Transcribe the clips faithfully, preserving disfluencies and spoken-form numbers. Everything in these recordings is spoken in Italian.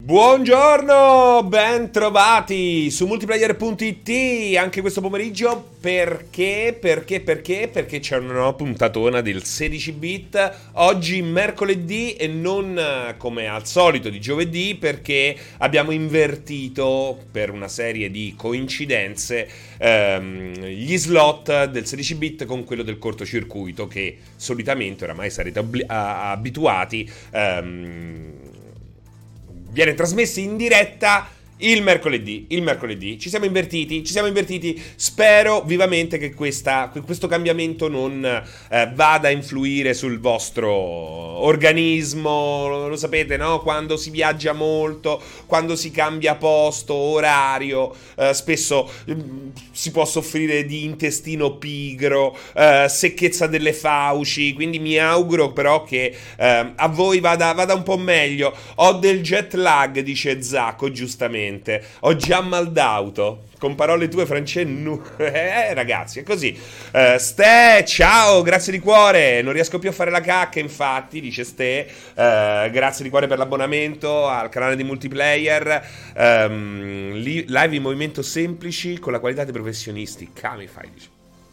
Buongiorno, ben trovati su multiplayer punto it anche questo pomeriggio. Perché? Perché? Perché? Perché c'è una nuova puntatona del sedici bit. Oggi mercoledì e non come al solito di giovedì, perché abbiamo invertito per una serie di coincidenze ehm, gli slot del sedici bit con quello del cortocircuito, che solitamente oramai sarete obli- a- abituati ehm, viene trasmesso in diretta il mercoledì. Il mercoledì ci siamo invertiti, ci siamo invertiti. Spero vivamente che questa, questo cambiamento non eh, vada a influire sul vostro organismo. Lo, lo sapete, no? Quando si viaggia molto, quando si cambia posto, orario, eh, spesso eh, si può soffrire di intestino pigro, eh, secchezza delle fauci. Quindi mi auguro però che eh, a voi vada, vada un po' meglio. Ho del jet lag, dice Zacco, giustamente. Ho già mal d'auto. Con parole tue, Francesco. Nu- eh, ragazzi, è così. Uh, Ste, ciao, grazie di cuore. Non riesco più a fare la cacca, infatti, dice Ste. Uh, grazie di cuore per l'abbonamento al canale di multiplayer. Um, li- live in movimento semplici con la qualità dei professionisti. Camify, dice.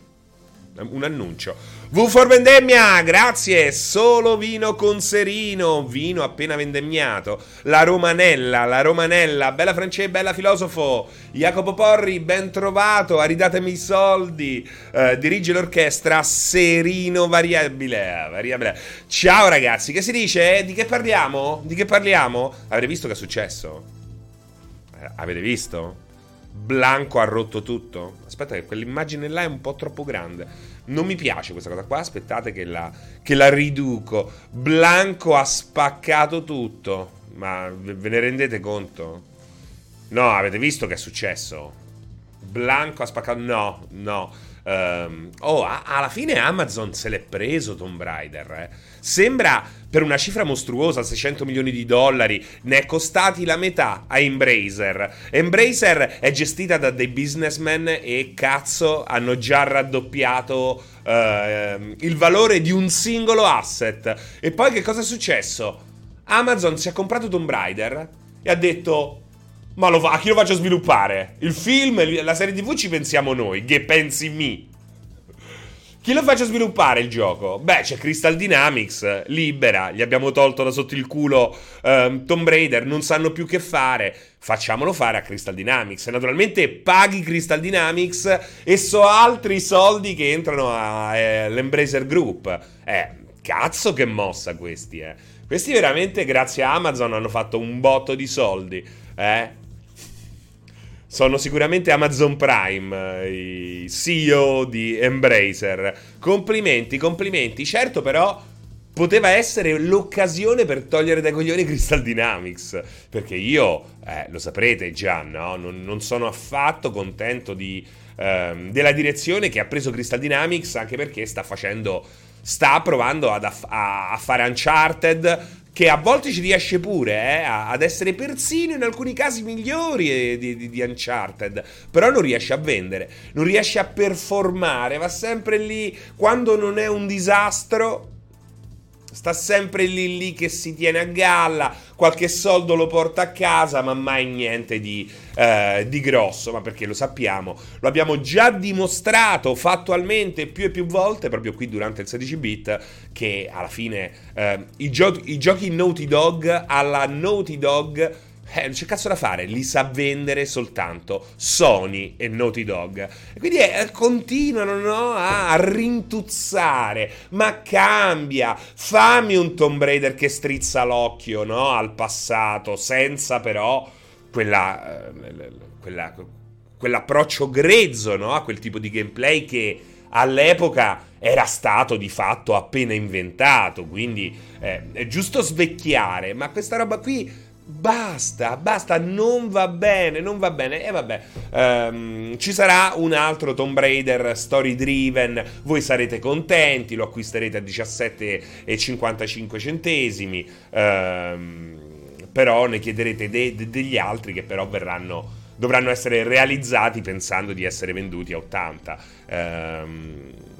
Un annuncio. V for Vendemmia, grazie. Solo vino con serino, vino appena vendemmiato. La Romanella, la Romanella. Bella Francesca, bella filosofo. Jacopo Porri, ben trovato. Aridatemi i soldi. uh, Dirige l'orchestra Serino variabile, variabile. Ciao ragazzi, che si dice? Di che parliamo? Di che parliamo? Avete visto che è successo? Eh, avete visto? Blanco ha rotto tutto. Aspetta che quell'immagine là è un po' troppo grande. Non mi piace questa cosa qua. Aspettate che la, che la riduco. Blanco ha spaccato tutto. Ma ve ne rendete conto? No, avete visto che è successo? Blanco ha spaccato. No, no. Um, oh, a- alla fine Amazon se l'è preso Tomb Raider, eh. Sembra per una cifra mostruosa, seicento milioni di dollari. Ne è costati la metà a Embracer. Embracer è gestita da dei businessmen e cazzo hanno già raddoppiato uh, il valore di un singolo asset. E poi che cosa è successo? Amazon si è comprato Tomb Raider e ha detto: ma lo fa- a chi lo faccio sviluppare? Il film, la serie tivù ci pensiamo noi. Che pensi mi? Chi lo faccio sviluppare il gioco? Beh, c'è Crystal Dynamics, libera. Gli abbiamo tolto da sotto il culo um, Tomb Raider. Non sanno più che fare. Facciamolo fare a Crystal Dynamics. E naturalmente paghi Crystal Dynamics e so altri soldi che entrano all'Embracer Group. Eh, cazzo che mossa questi, eh. Questi veramente, grazie a Amazon, hanno fatto un botto di soldi, eh. Sono sicuramente Amazon Prime, i C E O di Embracer. Complimenti, complimenti. Certo, però poteva essere l'occasione per togliere dai coglioni Crystal Dynamics. Perché io, eh, lo saprete già, no? Non, non sono affatto contento di, ehm, della direzione che ha preso Crystal Dynamics, anche perché sta facendo, sta provando ad aff- a, a fare Uncharted, che a volte ci riesce pure eh, ad essere persino in alcuni casi migliori di, di, di Uncharted, però non riesce a vendere, non riesce a performare, va sempre lì, quando non è un disastro sta sempre lì lì che si tiene a galla, qualche soldo lo porta a casa, ma mai niente di, eh, di grosso. Ma perché lo sappiamo, lo abbiamo già dimostrato fattualmente più e più volte, proprio qui durante il sedici bit, che alla fine eh, i, gio- i giochi Naughty Dog alla Naughty Dog, Eh, non c'è cazzo da fare, li sa vendere soltanto Sony e Naughty Dog. E quindi eh, continuano, no, a rintuzzare. Ma cambia, fammi un Tomb Raider che strizza l'occhio, no, al passato, senza però quella, eh, quella, quell'approccio grezzo, no, a quel tipo di gameplay che all'epoca era stato di fatto appena inventato. Quindi eh, è giusto svecchiare, ma questa roba qui basta, basta, non va bene, non va bene. E vabbè, um, ci sarà un altro Tomb Raider story driven, voi sarete contenti, lo acquisterete a diciassette e cinquantacinque centesimi, um, però ne chiederete de- de- degli altri che però verranno, dovranno essere realizzati pensando di essere venduti a ottanta. Um,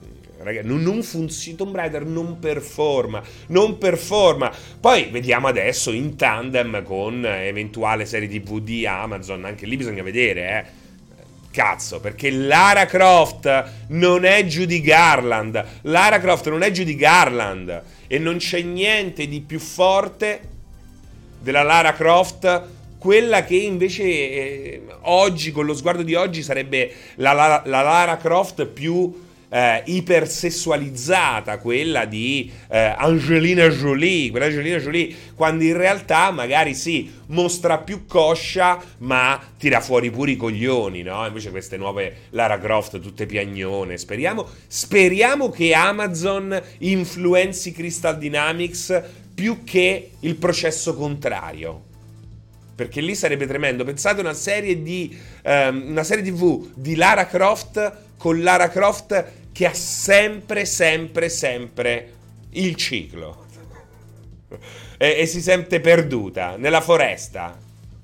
ragazzi, non, non funziona, Tomb Raider non performa, non performa. Poi vediamo adesso in tandem con eventuale serie tivù di Amazon, anche lì bisogna vedere, eh. Cazzo, perché Lara Croft non è Judy Garland, Lara Croft non è Judy Garland, e non c'è niente di più forte della Lara Croft, quella che invece eh, oggi, con lo sguardo di oggi, sarebbe la, la, la Lara Croft più eh, ipersessualizzata, quella di eh, Angelina Jolie, quella Angelina Jolie, quando in realtà magari sì, mostra più coscia, ma tira fuori pure i coglioni, no? Invece queste nuove Lara Croft tutte piagnone. Speriamo, speriamo che Amazon influenzi Crystal Dynamics più che il processo contrario, perché lì sarebbe tremendo. Pensate una serie di um, una serie tivù di Lara Croft, con Lara Croft che ha sempre sempre sempre il ciclo e, e si sente perduta nella foresta.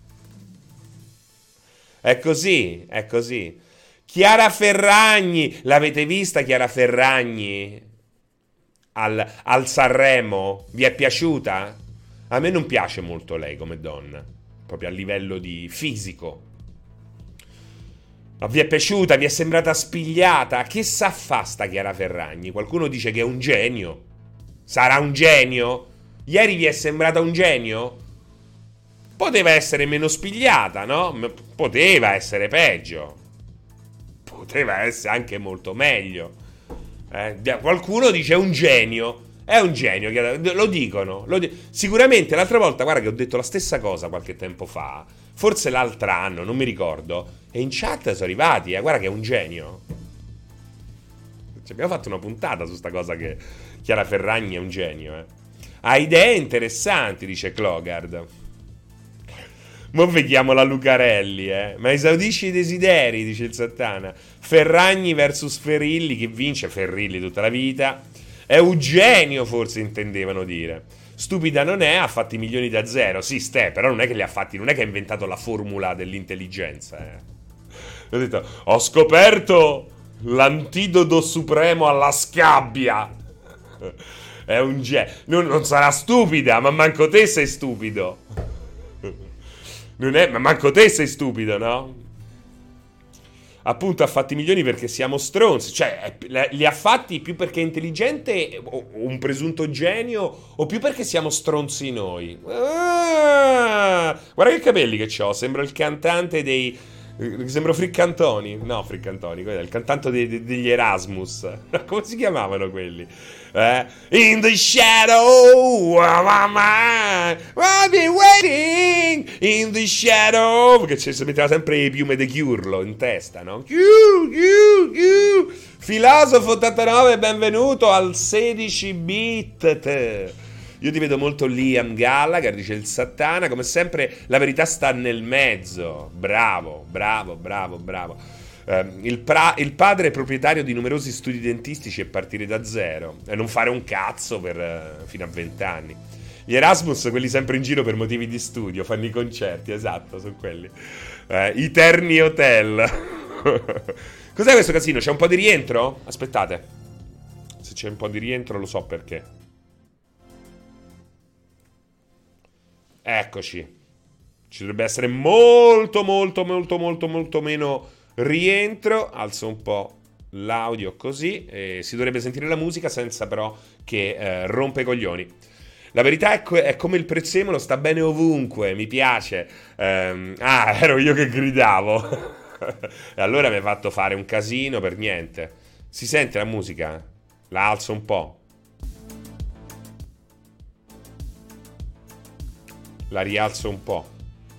È così, è così. Chiara Ferragni, l'avete vista Chiara Ferragni al, al Sanremo? Vi è piaciuta? A me non piace molto lei come donna, proprio a livello di fisico. Ma vi è piaciuta? Vi è sembrata spigliata? Che sa fa sta Chiara Ferragni? Qualcuno dice che è un genio. Sarà un genio? Ieri vi è sembrata un genio? Poteva essere meno spigliata, no? Poteva essere peggio. Poteva essere anche molto meglio. Eh, qualcuno dice è un genio. È un genio, lo dicono, lo di- sicuramente l'altra volta, guarda che ho detto la stessa cosa qualche tempo fa, forse l'altro anno, non mi ricordo, e in chat sono arrivati, eh, guarda che è un genio. Ci abbiamo fatto una puntata su sta cosa che Chiara Ferragni è un genio, eh. Ha idee interessanti, dice Clogard. Mo vediamo la Lucarelli, eh. Ma esaudisci i desideri, dice il Santana. Ferragni versus Ferilli, che vince Ferrilli tutta la vita. È Eugenio, forse intendevano dire. Stupida non è, ha fatti milioni da zero. Sì, Ste, però non è che li ha fatti, non è che ha inventato la formula dell'intelligenza. Eh. Ho detto, ho scoperto l'antidoto supremo alla scabbia. È un genio. Non, non sarà stupida, ma manco te sei stupido. Non è, ma manco te sei stupido, no? Appunto ha fatti milioni perché siamo stronzi, cioè li ha fatti più perché è intelligente o un presunto genio, o più perché siamo stronzi noi. Ah, guarda che capelli che ho, sembra il cantante dei... sembro Friccantoni, no Friccantoni, quello è il cantante dei, dei, degli Erasmus, come si chiamavano quelli? Eh? In the shadow of my mind I've been waiting in the shadow, perché ci si metteva sempre le piume di Chiurlo in testa, no? Chiu, chiu, chiu. Filosofo ottantanove, benvenuto al sedici bit. Io ti vedo molto Liam Gallagher, dice il Satana. Come sempre la verità sta nel mezzo. Bravo, bravo, bravo, bravo. Uh, il, pra- il padre è proprietario di numerosi studi dentistici e partire da zero e non fare un cazzo per uh, fino a vent'anni. Gli Erasmus, quelli sempre in giro per motivi di studio, fanno i concerti, esatto, sono quelli. Uh, I Terni Hotel. Cos'è questo casino? C'è un po' di rientro? Aspettate. Se c'è un po' di rientro lo so perché. Eccoci. Ci dovrebbe essere molto, molto, molto, molto, molto meno rientro. Alzo un po' l'audio così e si dovrebbe sentire la musica senza però che eh, rompe i coglioni. La verità è, co- è come il prezzemolo, sta bene ovunque, mi piace. Ehm, ah, ero io che gridavo. E allora mi hai fatto fare un casino per niente. Si sente la musica? La alzo un po'. La rialzo un po'.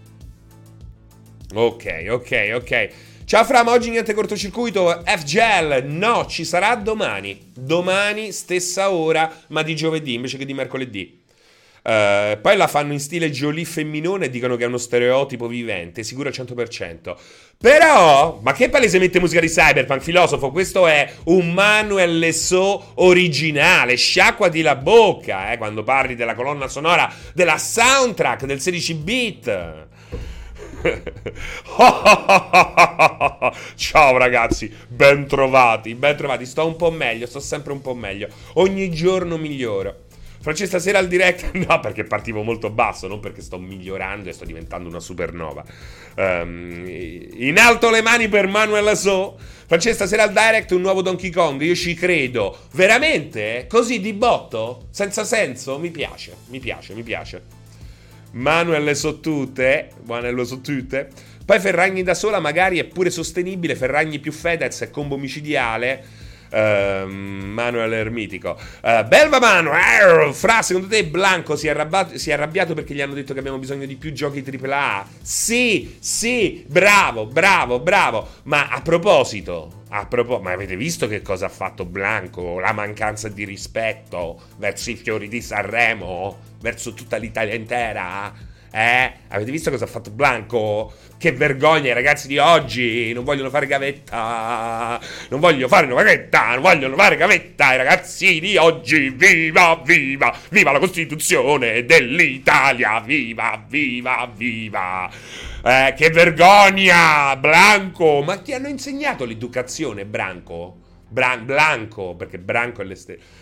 Ok, ok, ok. Ciao Fra, ma oggi niente cortocircuito. F-Gel, no, ci sarà domani. Domani, stessa ora, ma di giovedì invece che di mercoledì. Uh, poi la fanno in stile Jolie femminone e dicono che è uno stereotipo vivente, sicuro al cento per cento. Però, ma che palesemente musica di Cyberpunk, filosofo? Questo è un Manuel Lesaux originale. Sciacquati la bocca, eh, quando parli della colonna sonora, della soundtrack del sedici bit. Ciao ragazzi, ben trovati, ben trovati. Sto un po' meglio, sto sempre un po' meglio. Ogni giorno miglioro. Francesca, stasera al direct? No, perché partivo molto basso, non perché sto migliorando e sto diventando una supernova. Um, in alto le mani per Manuel So. Francesca, stasera al direct un nuovo Donkey Kong. Io ci credo. Veramente? Così di botto? Senza senso? Mi piace, mi piace, mi piace. Manuel le so tutte. Manuel le so tutte. Poi Ferragni da sola magari è pure sostenibile. Ferragni più Fedez è combo micidiale. Uh, Manuel Ermitico, uh, Belva Manuel. Fra, secondo te Blanco si è, arrabbiato, si è arrabbiato perché gli hanno detto che abbiamo bisogno di più giochi tripla A? Sì, sì, bravo, bravo, bravo. Ma a proposito, a proposito, ma avete visto che cosa ha fatto Blanco? La mancanza di rispetto verso i fiori di Sanremo, verso tutta l'Italia intera? Eh? Avete visto cosa ha fatto Blanco? Che vergogna, i ragazzi di oggi non vogliono fare gavetta. Non vogliono fare una gavetta, non vogliono fare gavetta. I ragazzi di oggi, viva, viva, viva la Costituzione dell'Italia. Viva, viva, viva. Eh, che vergogna, Blanco. Ma ti hanno insegnato l'educazione, Branco? Bran- Blanco, perché Branco è l'este...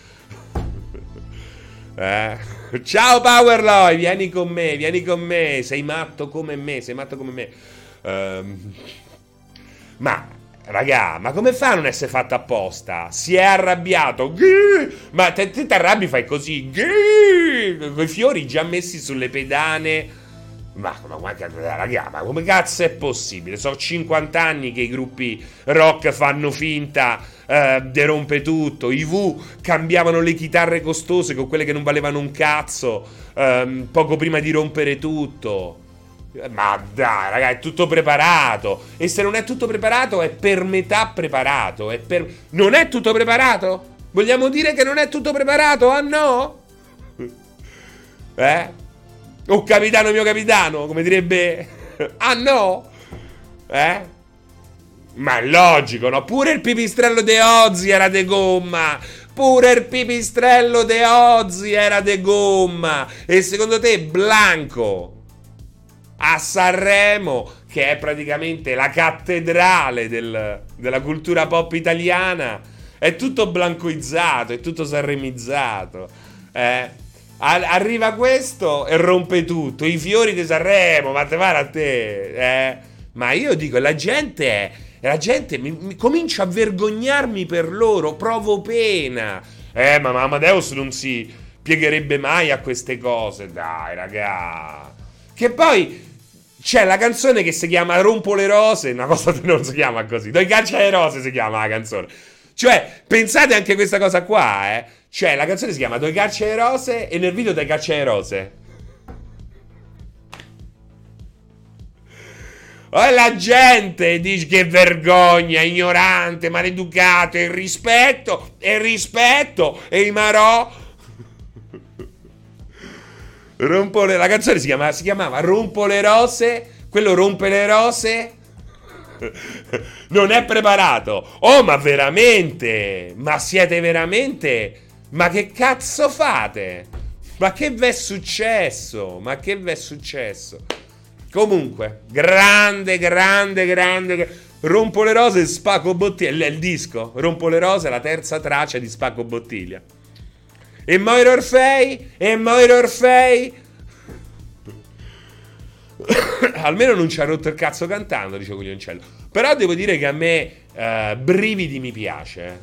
Eh. Ciao Powerloy, vieni con me, vieni con me. Sei matto come me, sei matto come me. Um, ma, raga, ma come fa a non essere fatto apposta? Si è arrabbiato. Ma te ti arrabbi, fai così. Con i fiori già messi sulle pedane. Ma, ma, ma, raga, ma come cazzo è possibile? Sono cinquanta anni che i gruppi rock fanno finta, eh, derompe tutto. I Who cambiavano le chitarre costose con quelle che non valevano un cazzo, eh, poco prima di rompere tutto. Ma dai, raga, è tutto preparato. E se non è tutto preparato, è per metà preparato. È per... Non è tutto preparato? Vogliamo dire che non è tutto preparato? Ah no? Eh? Oh capitano mio capitano, come direbbe. Ah no? Eh? Ma è logico, no? Pure il pipistrello de Ozzy era de gomma. Pure il pipistrello de Ozzy era de gomma. E secondo te Blanco a Sanremo, che è praticamente la cattedrale del, della cultura pop italiana, è tutto blancoizzato, è tutto sanremizzato. Eh? Arriva questo e rompe tutto. I fiori di Sanremo, ma te pare a te, eh? Ma io dico, la gente è, la gente mi, mi comincia a vergognarmi per loro. Provo pena. Eh, ma Amadeus non si piegherebbe mai a queste cose. Dai, raga. Che poi c'è la canzone che si chiama Rompo le rose. Una cosa che non si chiama così. Doi caccia le rose si chiama la canzone. Cioè, pensate anche a questa cosa qua, eh. Cioè, la canzone si chiama Due cacce e rose e nel video due cacce e rose. E la gente dice che vergogna, ignorante, maleducato, il rispetto, e il rispetto, e i marò. Rompo le... La canzone si, chiama, si chiamava Rompo le rose, quello rompe le rose... Non è preparato. Oh, ma veramente? Ma siete veramente... Ma che cazzo fate? Ma che v'è successo? Ma che v'è successo? Comunque, grande, grande, grande. Rompo le rose e Spacco Bottiglia. È il disco. Rompo le rose, la terza traccia di Spacco Bottiglia. E Moira Orfei? E Moira Orfei? Almeno non ci ha rotto il cazzo cantando, dice Guglioncello. Però devo dire che a me uh, Brividi mi piace.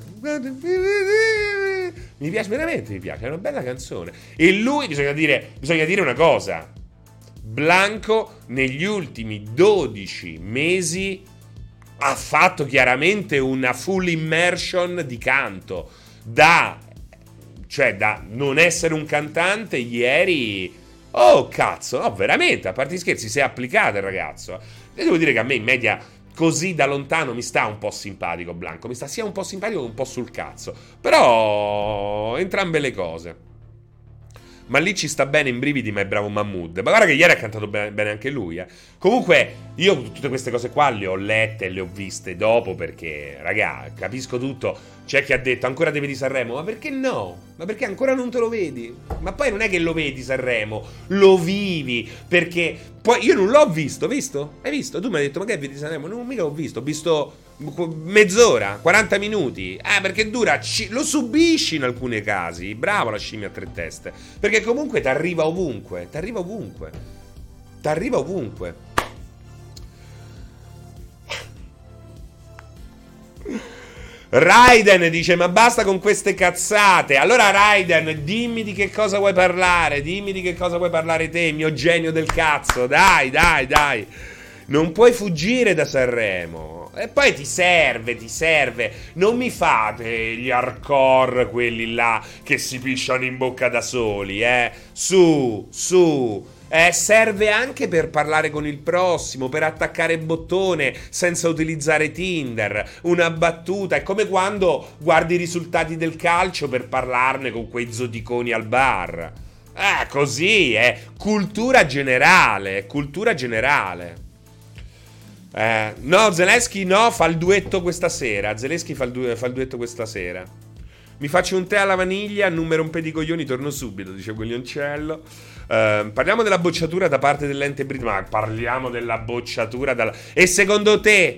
Mi piace, veramente mi piace, è una bella canzone. E lui, bisogna dire, bisogna dire una cosa. Blanco negli ultimi dodici mesi ha fatto chiaramente una full immersion di canto. Da, cioè da non essere un cantante ieri... Oh cazzo, no veramente, a parte gli scherzi, si è applicato il ragazzo. E devo dire che a me in media così da lontano mi sta un po' simpatico Blanco. Mi sta sia un po' simpatico che un po' sul cazzo. Però entrambe le cose. Ma lì ci sta bene in Brividi, ma è bravo Mahmood. Ma guarda che ieri ha cantato bene, bene anche lui, eh. Comunque, io tutte queste cose qua le ho lette e le ho viste dopo perché, raga, capisco tutto. C'è chi ha detto, ancora te vedi Sanremo? Ma perché no? Ma perché ancora non te lo vedi? Ma poi non è che lo vedi Sanremo, lo vivi, perché Poi io non l'ho visto, visto? Hai visto? Tu mi hai detto, ma che vedi Sanremo? Non mica l'ho visto, ho visto mezz'ora, quaranta minuti. Ah, perché dura, lo subisci in alcuni casi. Bravo la scimmia a tre teste. Perché comunque ti arriva ovunque, ti arriva ovunque. Ti arriva ovunque. Raiden dice, ma basta con queste cazzate. Allora Raiden, dimmi di che cosa vuoi parlare. Dimmi di che cosa vuoi parlare te, mio genio del cazzo. Dai, dai, dai. Non puoi fuggire da Sanremo. E poi ti serve, ti serve. Non mi fate gli hardcore, quelli là che si pisciano in bocca da soli, eh. Su, su. Eh, serve anche per parlare con il prossimo, per attaccare bottone senza utilizzare Tinder. Una battuta. È come quando guardi i risultati del calcio per parlarne con quei zoticoni al bar. Ah, così, eh. Cultura generale, cultura generale. Eh, no, Zelensky no, fa il duetto questa sera. Zelensky fa il, du- fa il duetto questa sera. Mi faccio un tè alla vaniglia, non mi rompe di coglioni, torno subito, dice Guglioncello. Uh, parliamo della bocciatura da parte dell'ente britannico. Ma parliamo della bocciatura dalla... E secondo te?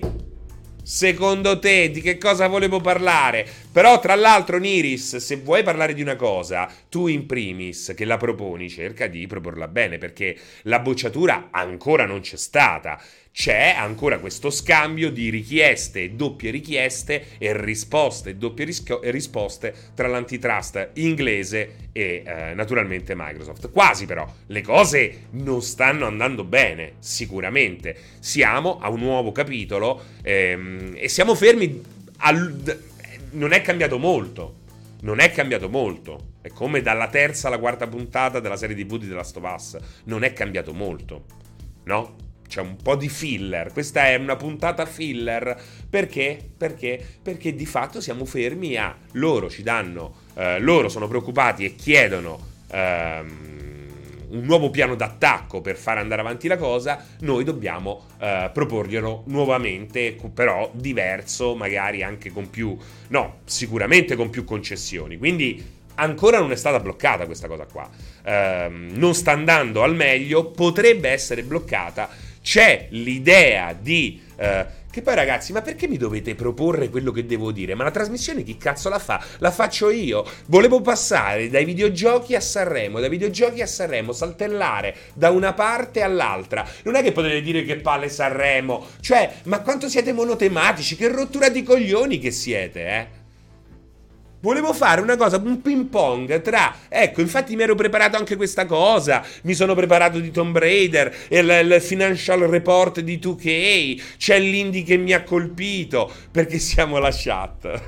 Secondo te di che cosa volevo parlare? Però tra l'altro Niris, se vuoi parlare di una cosa, tu in primis che la proponi cerca di proporla bene, perché la bocciatura ancora non c'è stata. C'è ancora questo scambio di richieste e doppie richieste e risposte e doppie risco- risposte tra l'antitrust inglese e eh, naturalmente Microsoft. Quasi però, le cose non stanno andando bene, sicuramente. Siamo a un nuovo capitolo ehm, e siamo fermi, al... non è cambiato molto. Non è cambiato molto. È come dalla terza alla quarta puntata della serie tivù di The Last of Us. Non è cambiato molto, no? C'è un po' di filler. Questa è una puntata filler. Perché? Perché? Perché di fatto siamo fermi a... Loro ci danno... Eh, loro sono preoccupati e chiedono ehm, un nuovo piano d'attacco per far andare avanti la cosa. Noi dobbiamo eh, proporglielo nuovamente, però diverso, magari anche con più... No, sicuramente con più concessioni. Quindi... ancora non è stata bloccata questa cosa qua. Ehm, non sta andando al meglio, potrebbe essere bloccata. C'è l'idea di... Eh, che poi ragazzi, ma perché mi dovete proporre quello che devo dire? Ma la trasmissione chi cazzo la fa? La faccio io. Volevo passare dai videogiochi a Sanremo, dai videogiochi a Sanremo, saltellare da una parte all'altra. Non è che potete dire che palle Sanremo. Cioè, ma quanto siete monotematici, che rottura di coglioni che siete, eh? Volevo fare una cosa, un ping pong tra... Ecco, infatti mi ero preparato anche questa cosa. Mi sono preparato di Tomb Raider, il, il financial report di due K. C'è l'indie che mi ha colpito, perché siamo la chat.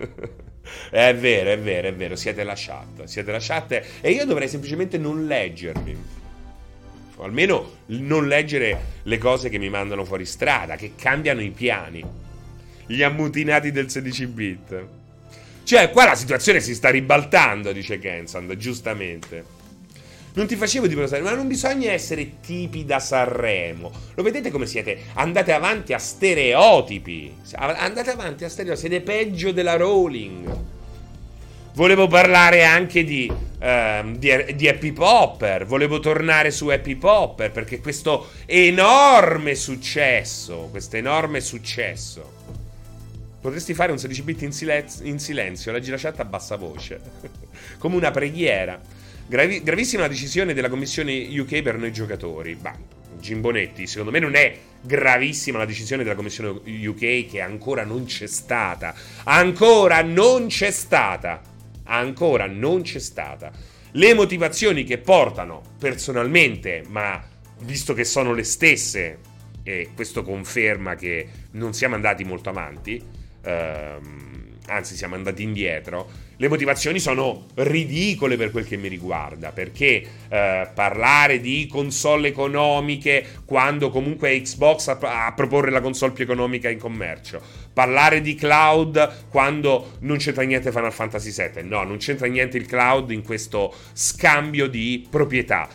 È vero, è vero, è vero, siete la chat. Siete la chat e io dovrei semplicemente non leggervi. O almeno non leggere le cose che mi mandano fuori strada, che cambiano i piani. Gli ammutinati del sedici bit. Cioè, qua la situazione si sta ribaltando, dice Gensand, giustamente. Non ti facevo tipo Sanremo, ma non bisogna essere tipi da Sanremo. Lo vedete come siete? Andate avanti a stereotipi. Andate avanti a stereotipi, siete peggio della Rowling. Volevo parlare anche di, uh, di, di Happy Popper. Volevo tornare su Happy Popper, perché questo enorme successo, questo enorme successo... Potresti fare un sedici bit in, silenzio, in silenzio, leggi la chat a bassa voce, come una preghiera. Gravi, gravissima la decisione della commissione U K per noi giocatori. Bah, Gimbonetti, secondo me non è gravissima la decisione della commissione U K, che ancora non c'è stata. Ancora non c'è stata. Ancora non c'è stata. Le motivazioni che portano, personalmente, ma visto che sono le stesse, e questo conferma che non siamo andati molto avanti, ehm, anzi siamo andati indietro, le motivazioni sono ridicole per quel che mi riguarda, perché eh, parlare di console economiche quando comunque è Xbox a, a proporre la console più economica in commercio, parlare di cloud quando non c'entra niente Final Fantasy sette, no, non c'entra niente il cloud in questo scambio di proprietà.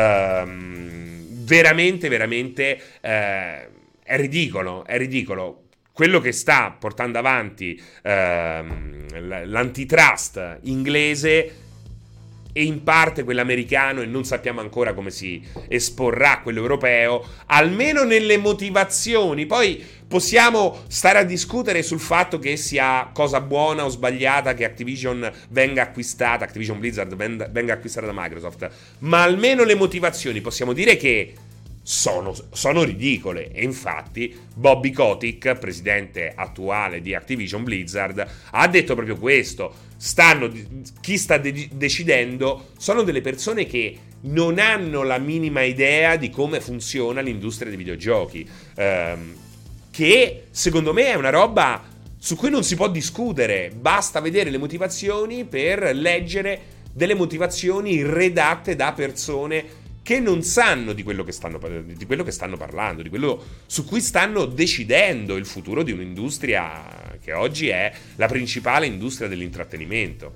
ehm, veramente veramente eh, è ridicolo, è ridicolo. Quello che sta portando avanti ehm, l'antitrust inglese e in parte quell'americano, e non sappiamo ancora come si esporrà quello europeo, almeno nelle motivazioni. Poi possiamo stare a discutere sul fatto che sia cosa buona o sbagliata che Activision venga acquistata, Activision Blizzard venga acquistata da Microsoft, ma almeno le motivazioni possiamo dire che sono, sono ridicole. E infatti Bobby Kotick, presidente attuale di Activision Blizzard, ha detto proprio questo. Stanno, chi sta de- decidendo sono delle persone che non hanno la minima idea di come funziona l'industria dei videogiochi, ehm, che secondo me è una roba su cui non si può discutere. Basta vedere le motivazioni per leggere delle motivazioni redatte da persone che non sanno di quello che stanno, di quello che stanno parlando, di quello su cui stanno decidendo il futuro di un'industria che oggi è la principale industria dell'intrattenimento.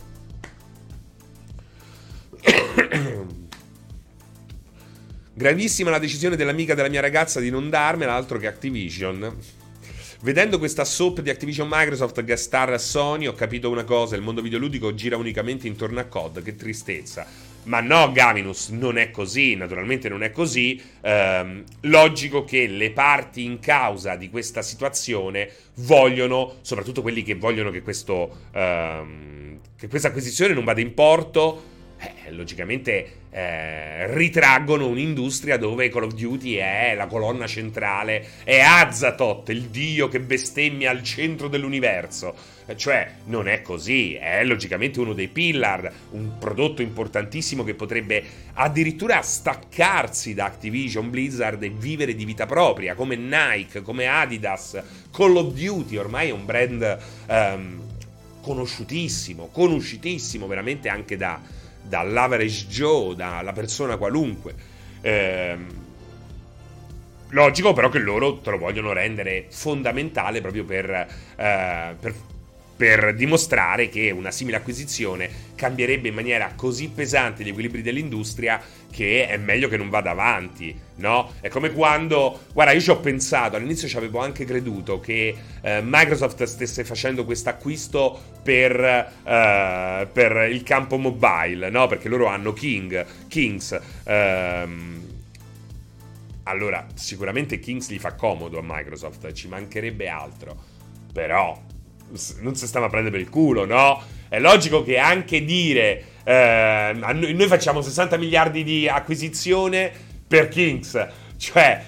Gravissima la decisione dell'amica della mia ragazza di non darmela, altro che Activision. Vedendo questa soap di Activision Microsoft guest star Sony, ho capito una cosa: il mondo videoludico gira unicamente intorno a C O D. Che tristezza. Ma no, Gavinus, non è così, naturalmente non è così. Ehm, logico che le parti in causa di questa situazione vogliono, soprattutto quelli che vogliono che, questo, ehm, che questa acquisizione non vada in porto, eh, logicamente eh, ritraggono un'industria dove Call of Duty è la colonna centrale, è Azathoth, il dio che bestemmia al centro dell'universo. Cioè, non è così, è logicamente uno dei pillar, un prodotto importantissimo che potrebbe addirittura staccarsi da Activision Blizzard e vivere di vita propria, come Nike, come Adidas. Call of Duty ormai è un brand um, conosciutissimo, conosciutissimo veramente anche da, dall'average Joe, dalla persona qualunque. Ehm, logico però che loro te lo vogliono rendere fondamentale proprio per... Uh, per per dimostrare che una simile acquisizione cambierebbe in maniera così pesante gli equilibri dell'industria che è meglio che non vada avanti, no? È come quando, guarda, io ci ho pensato, all'inizio ci avevo anche creduto che eh, Microsoft stesse facendo questo acquisto per, eh, per il campo mobile, no? Perché loro hanno King, Kings, ehm, allora sicuramente Kings gli fa comodo a Microsoft, ci mancherebbe altro, però non si stava a prendere per il culo, no? È logico che anche dire eh, noi, noi facciamo sessanta miliardi di acquisizione per Kings, cioè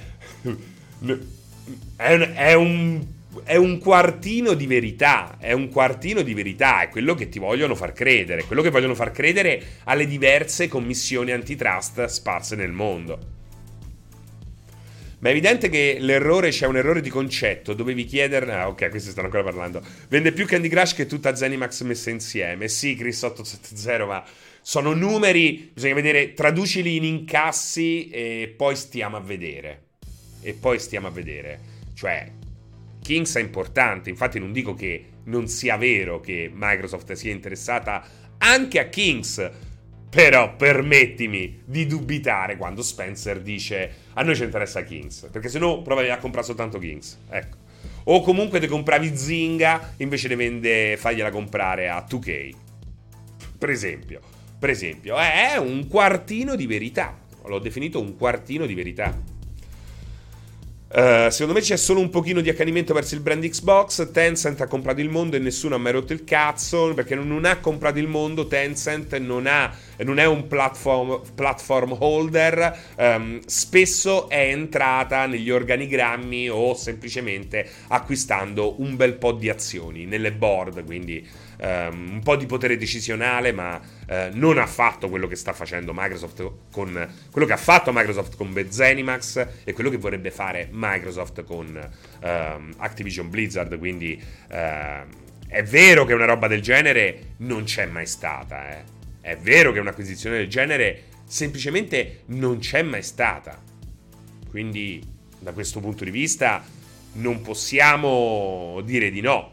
è un, è un è un quartino di verità, è un quartino di verità, è quello che ti vogliono far credere, quello che vogliono far credere alle diverse commissioni antitrust sparse nel mondo. Ma è evidente che l'errore, c'è un errore di concetto, dovevi chiedere... Ah, ok, questi stanno ancora parlando. Vende più Candy Crush che tutta Zenimax messa insieme. Sì, Chris otto sette zero, ma sono numeri, bisogna vedere, traducili in incassi e poi stiamo a vedere. E poi stiamo a vedere. Cioè, Kings è importante, infatti non dico che non sia vero che Microsoft sia interessata anche a Kings, però permettimi di dubitare quando Spencer dice a noi ci interessa Kings, perché se no provavi a comprare soltanto Kings, ecco. O comunque te compravi Zynga invece di vende, fagliela comprare a due K, per esempio. Per esempio, è un quartino di verità, l'ho definito un quartino di verità. Uh, secondo me c'è solo un pochino di accanimento verso il brand Xbox. Tencent ha comprato il mondo e nessuno ha mai rotto il cazzo, perché non ha comprato il mondo. Tencent non, ha, non è un platform, platform holder, um, spesso è entrata negli organigrammi o semplicemente acquistando un bel po' di azioni nelle board, quindi um, un po' di potere decisionale, ma uh, non ha fatto quello che sta facendo Microsoft con quello che ha fatto Microsoft con Zenimax e quello che vorrebbe fare Microsoft con uh, Activision Blizzard. Quindi uh, è vero che una roba del genere non c'è mai stata, eh. È vero che un'acquisizione del genere semplicemente non c'è mai stata. Quindi da questo punto di vista non possiamo dire di no.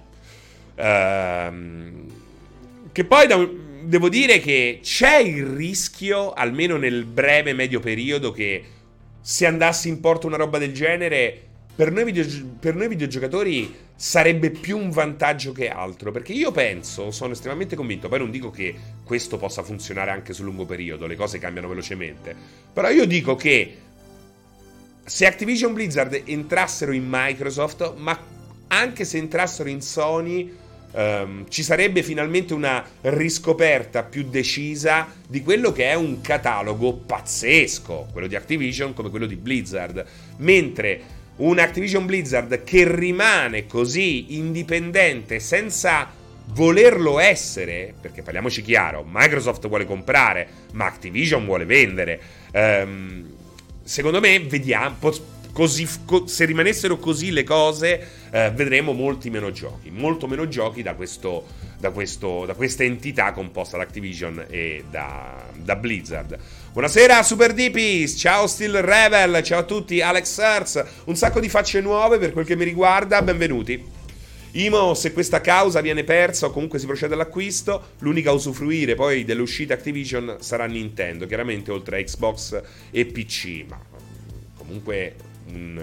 Uh, che poi da, devo dire che c'è il rischio, almeno nel breve medio periodo, che se andasse in porto una roba del genere per noi, video, per noi videogiocatori sarebbe più un vantaggio che altro, perché io penso, sono estremamente convinto, poi non dico che questo possa funzionare anche sul lungo periodo, le cose cambiano velocemente, però io dico che se Activision Blizzard entrassero in Microsoft, ma anche se entrassero in Sony, um, ci sarebbe finalmente una riscoperta più decisa di quello che è un catalogo pazzesco, quello di Activision come quello di Blizzard, mentre un Activision Blizzard che rimane così indipendente senza volerlo essere, perché parliamoci chiaro, Microsoft vuole comprare, ma Activision vuole vendere. Um, secondo me, vediamo, così, co- se rimanessero così le cose, eh, vedremo molti meno giochi, molto meno giochi da questo, da questo, da questa entità composta da Activision e da, da Blizzard. Buonasera Super Deepies, ciao Steel Rebel, ciao a tutti, Alex Hertz, un sacco di facce nuove per quel che mi riguarda, benvenuti. Imo, se questa causa viene persa o comunque si procede all'acquisto, l'unica a usufruire poi delle uscite Activision sarà Nintendo, chiaramente oltre a Xbox e P C, ma comunque un,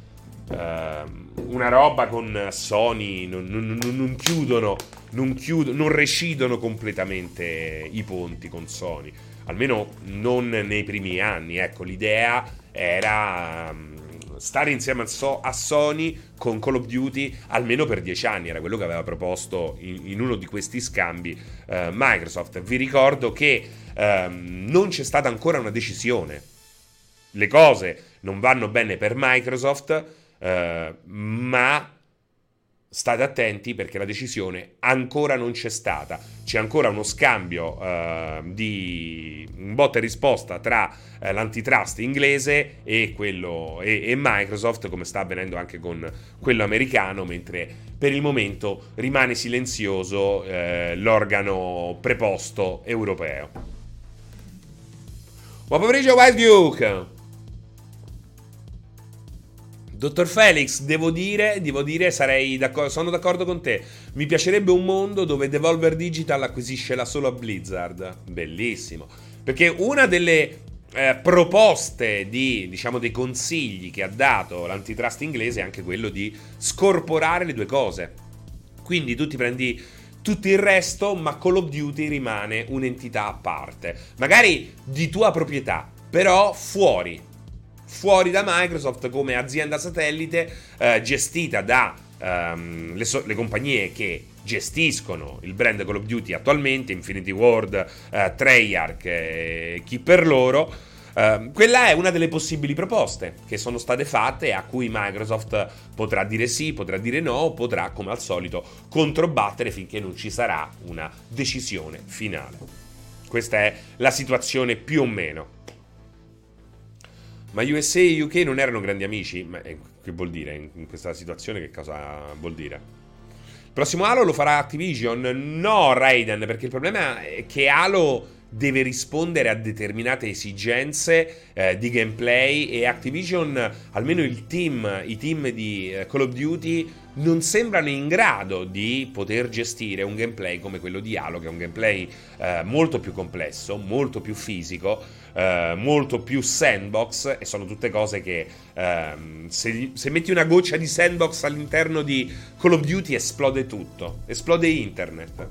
uh, una roba con Sony non, non, non chiudono, non chiudono, non recidono completamente i ponti con Sony, almeno non nei primi anni, ecco, l'idea era um, stare insieme a, so- a Sony con Call of Duty almeno per dieci anni, era quello che aveva proposto in, in uno di questi scambi uh, Microsoft. Vi ricordo che um, non c'è stata ancora una decisione, le cose non vanno bene per Microsoft, uh, ma state attenti perché la decisione ancora non c'è stata. C'è ancora uno scambio uh, di un botta e risposta tra uh, l'antitrust inglese e, quello, e, e Microsoft, come sta avvenendo anche con quello americano, mentre per il momento rimane silenzioso uh, l'organo preposto europeo. Buon pomeriggio Wild Duke! Dottor Felix, devo dire, devo dire, sarei d'accordo, sono d'accordo con te. Mi piacerebbe un mondo dove Devolver Digital acquisisce la sola Blizzard. Bellissimo. Perché una delle eh, proposte di, diciamo, dei consigli che ha dato l'antitrust inglese è anche quello di scorporare le due cose. Quindi tu ti prendi tutto il resto, ma Call of Duty rimane un'entità a parte. Magari di tua proprietà, però fuori. Fuori da Microsoft come azienda satellite eh, gestita da ehm, le, so- le compagnie che gestiscono il brand Call of Duty attualmente, Infinity Ward, eh, Treyarch e chi per loro. Eh, quella è una delle possibili proposte che sono state fatte e a cui Microsoft potrà dire sì, potrà dire no, o potrà come al solito controbattere finché non ci sarà una decisione finale. Questa è la situazione più o meno. Ma U S A e U K non erano grandi amici? Ma eh, che vuol dire in questa situazione? Che cosa vuol dire? Il prossimo Halo lo farà Activision? No, Raiden, perché il problema è che Halo deve rispondere a determinate esigenze eh, di gameplay e Activision, almeno il team, i team di eh, Call of Duty non sembrano in grado di poter gestire un gameplay come quello di Halo, che è un gameplay eh, molto più complesso, molto più fisico, eh, molto più sandbox, e sono tutte cose che ehm, se, se metti una goccia di sandbox all'interno di Call of Duty esplode tutto, esplode internet.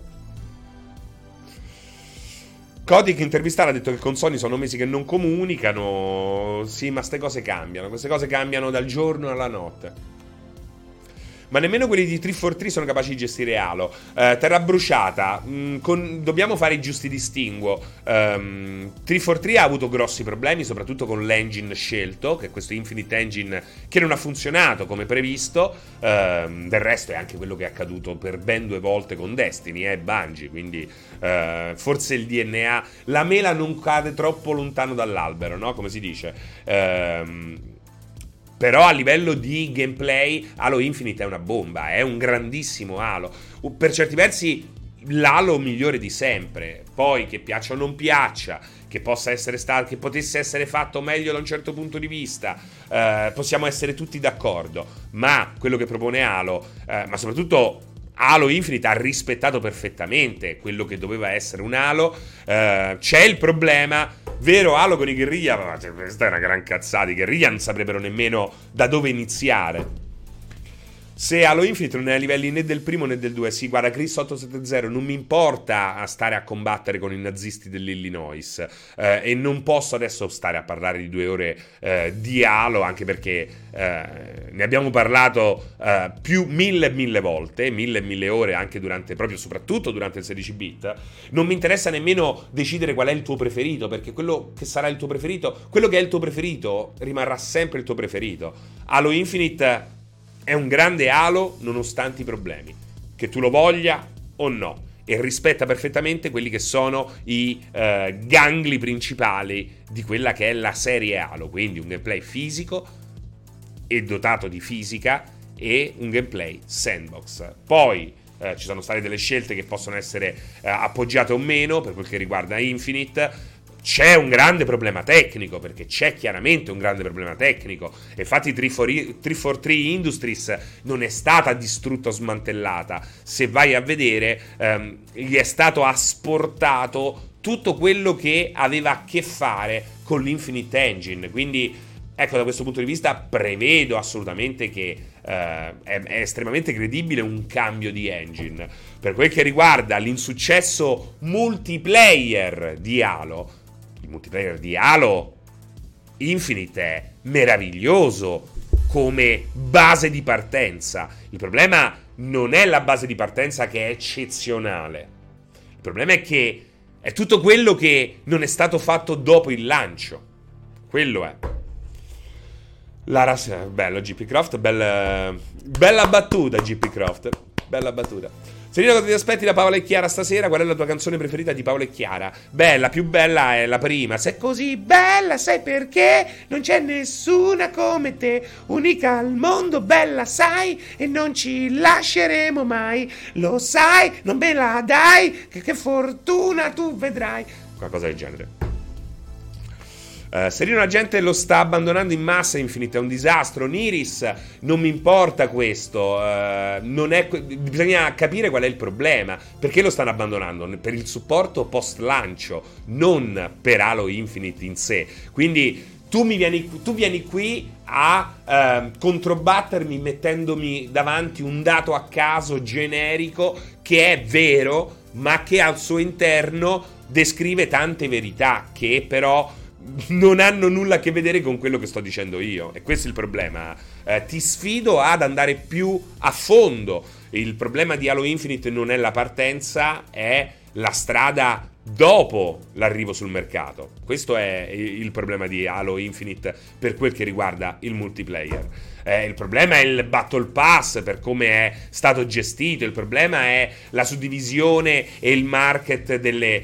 Kotick intervistato ha detto che con Sony sono mesi che non comunicano. Sì, ma queste cose cambiano. Queste cose cambiano dal giorno alla notte. Ma nemmeno quelli di tre quattro tre sono capaci di gestire Halo. eh, Terra bruciata, mh, con, dobbiamo fare i giusti distinguo. um, tre quattro tre ha avuto grossi problemi, soprattutto con l'engine scelto, che è questo Infinite Engine che non ha funzionato come previsto. um, Del resto è anche quello che è accaduto per ben due volte con Destiny e eh, Bungie. Quindi uh, forse il D N A, la mela non cade troppo lontano dall'albero, no? Come si dice. Ehm Però a livello di gameplay Halo Infinite è una bomba, è un grandissimo Halo. Per certi versi l'Halo migliore di sempre. Poi che piaccia o non piaccia, che possa essere stato, che potesse essere fatto meglio da un certo punto di vista, eh, possiamo essere tutti d'accordo. Ma quello che propone Halo, eh, ma soprattutto Halo Infinite ha rispettato perfettamente quello che doveva essere un Halo. eh, C'è il problema Vero Halo con i guerriglia, ma questa è una gran cazzata. I guerriglia non saprebbero nemmeno da dove iniziare. Se Halo Infinite non è a livelli né del primo né del due, sì, guarda, Chris ottocentosettanta, non mi importa stare a combattere con i nazisti dell'Illinois, eh, e non posso adesso stare a parlare di due ore eh, di Halo, anche perché eh, ne abbiamo parlato eh, più mille e mille volte, mille e mille ore anche durante, proprio soprattutto durante il sedici bit. Non mi interessa nemmeno decidere qual è il tuo preferito, perché quello che sarà il tuo preferito, quello che è il tuo preferito rimarrà sempre il tuo preferito. Halo Infinite è un grande Halo nonostante i problemi, che tu lo voglia o no, e rispetta perfettamente quelli che sono i eh, gangli principali di quella che è la serie Halo, quindi un gameplay fisico e dotato di fisica e un gameplay sandbox. Poi eh, ci sono state delle scelte che possono essere eh, appoggiate o meno per quel che riguarda Infinite. C'è un grande problema tecnico, perché c'è chiaramente un grande problema tecnico. Infatti trecentoquarantatré Industries non è stata distrutta o smantellata. Se vai a vedere, ehm, gli è stato asportato tutto quello che aveva a che fare con l'Infinite Engine. Quindi, ecco, da questo punto di vista prevedo assolutamente che eh, è, è estremamente credibile un cambio di engine. Per quel che riguarda l'insuccesso multiplayer di Halo, il multiplayer di Halo Infinite è meraviglioso come base di partenza. Il problema non è la base di partenza, che è eccezionale. Il problema è che è tutto quello che non è stato fatto dopo il lancio. Quello è. La ras- bello G P Croft, bella, bella battuta G P Croft, bella battuta. Serino, cosa ti aspetti da Paola e Chiara stasera? Qual è la tua canzone preferita di Paola e Chiara? Beh, la più bella è la prima. Sei così bella, sai perché? Non c'è nessuna come te, unica al mondo, bella sai, e non ci lasceremo mai. Lo sai, non me la dai, che, che fortuna tu vedrai. Qualcosa del genere. Uh, Serino, la gente lo sta abbandonando in massa. Infinite è un disastro. Niris, non mi importa questo, uh, non è, bisogna capire qual è il problema, perché lo stanno abbandonando, per il supporto post lancio, non per Halo Infinite in sé. Quindi tu, mi vieni, tu vieni qui a uh, controbattermi mettendomi davanti un dato a caso generico che è vero, ma che al suo interno descrive tante verità che però non hanno nulla a che vedere con quello che sto dicendo io. E questo è il problema. Eh, ti sfido ad andare più a fondo. Il problema di Halo Infinite non è la partenza, è la strada dopo l'arrivo sul mercato. Questo è il problema di Halo Infinite per quel che riguarda il multiplayer. Eh, il problema è il Battle Pass per come è stato gestito. Il problema è la suddivisione e il market delle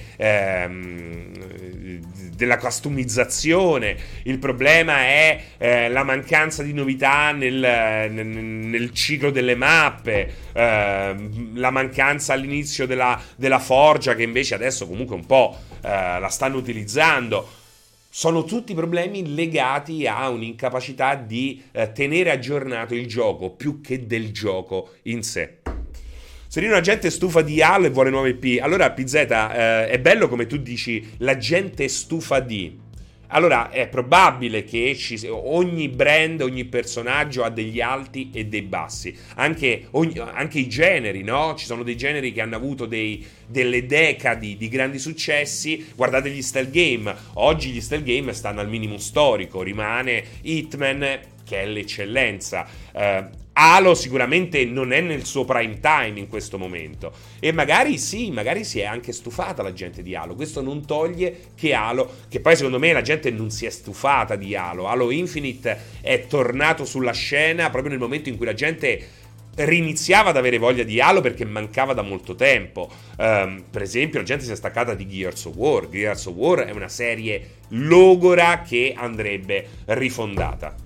ehm, della customizzazione. Il problema è eh, la mancanza di novità nel, nel, nel ciclo delle mappe, eh, la mancanza all'inizio della, della forgia, che invece adesso comunque un po' eh, la stanno utilizzando. Sono tutti problemi legati a un'incapacità di eh, tenere aggiornato il gioco più che del gioco in sé. Serino, la gente è stufa di Halo e vuole nuove I P. Allora, P Z, eh, è bello come tu dici, la gente è stufa di. Allora, è probabile che ci, ogni brand, ogni personaggio ha degli alti e dei bassi. Anche, ogni, anche i generi, no? Ci sono dei generi che hanno avuto dei, delle decadi di grandi successi. Guardate gli stealth game. Oggi gli stealth game stanno al minimo storico. Rimane Hitman, che è l'eccellenza. Eh, Halo sicuramente non è nel suo prime time in questo momento, e magari sì, magari si è anche stufata la gente di Halo. Questo non toglie che Halo, che poi secondo me la gente non si è stufata di Halo. Halo Infinite è tornato sulla scena proprio nel momento in cui la gente riniziava ad avere voglia di Halo, perché mancava da molto tempo. Um, per esempio, la gente si è staccata di Gears of War. Gears of War è una serie logora che andrebbe rifondata.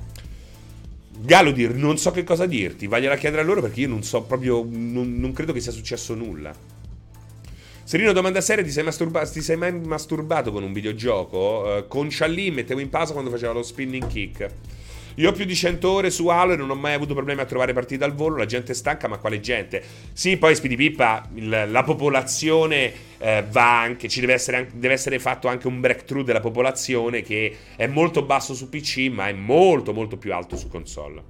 Galudir, non so che cosa dirti, vagliela chiedere a loro, perché io non so proprio, non, non credo che sia successo nulla. Serino, domanda seria, ti sei, masturba- ti sei mai masturbato con un videogioco? Uh, con Chun-Li mettevo in pausa quando faceva lo spinning kick. Io ho più di cento ore su Halo e non ho mai avuto problemi a trovare partite al volo. La gente è stanca, ma quale gente? Sì, poi Speedy Pippa, il, la popolazione eh, va anche, ci deve essere, deve essere fatto anche un breakthrough della popolazione, che è molto basso su P C, ma è molto molto più alto su console.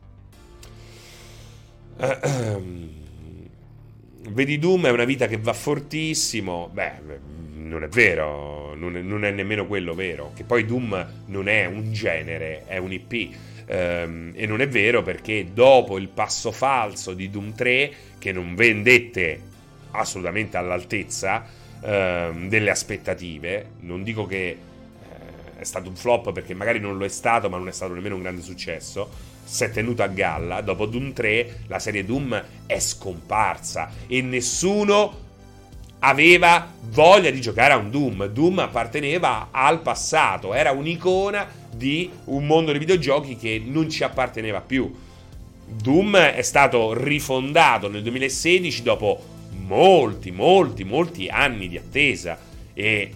Vedi Doom è una vita che va fortissimo. Beh, non è vero, non è, non è nemmeno quello vero, che poi Doom non è un genere, è un I P. Um, e non è vero, perché dopo il passo falso di Doom tre, che non vendette assolutamente all'altezza um, delle aspettative, non dico che uh, è stato un flop, perché magari non lo è stato, ma non è stato nemmeno un grande successo, si è tenuto a galla. Dopo Doom tre la serie Doom è scomparsa e nessuno aveva voglia di giocare a un Doom. Doom apparteneva al passato, era un'icona di un mondo dei videogiochi che non ci apparteneva più. Doom è stato rifondato nel duemilasedici dopo molti, molti, molti anni di attesa e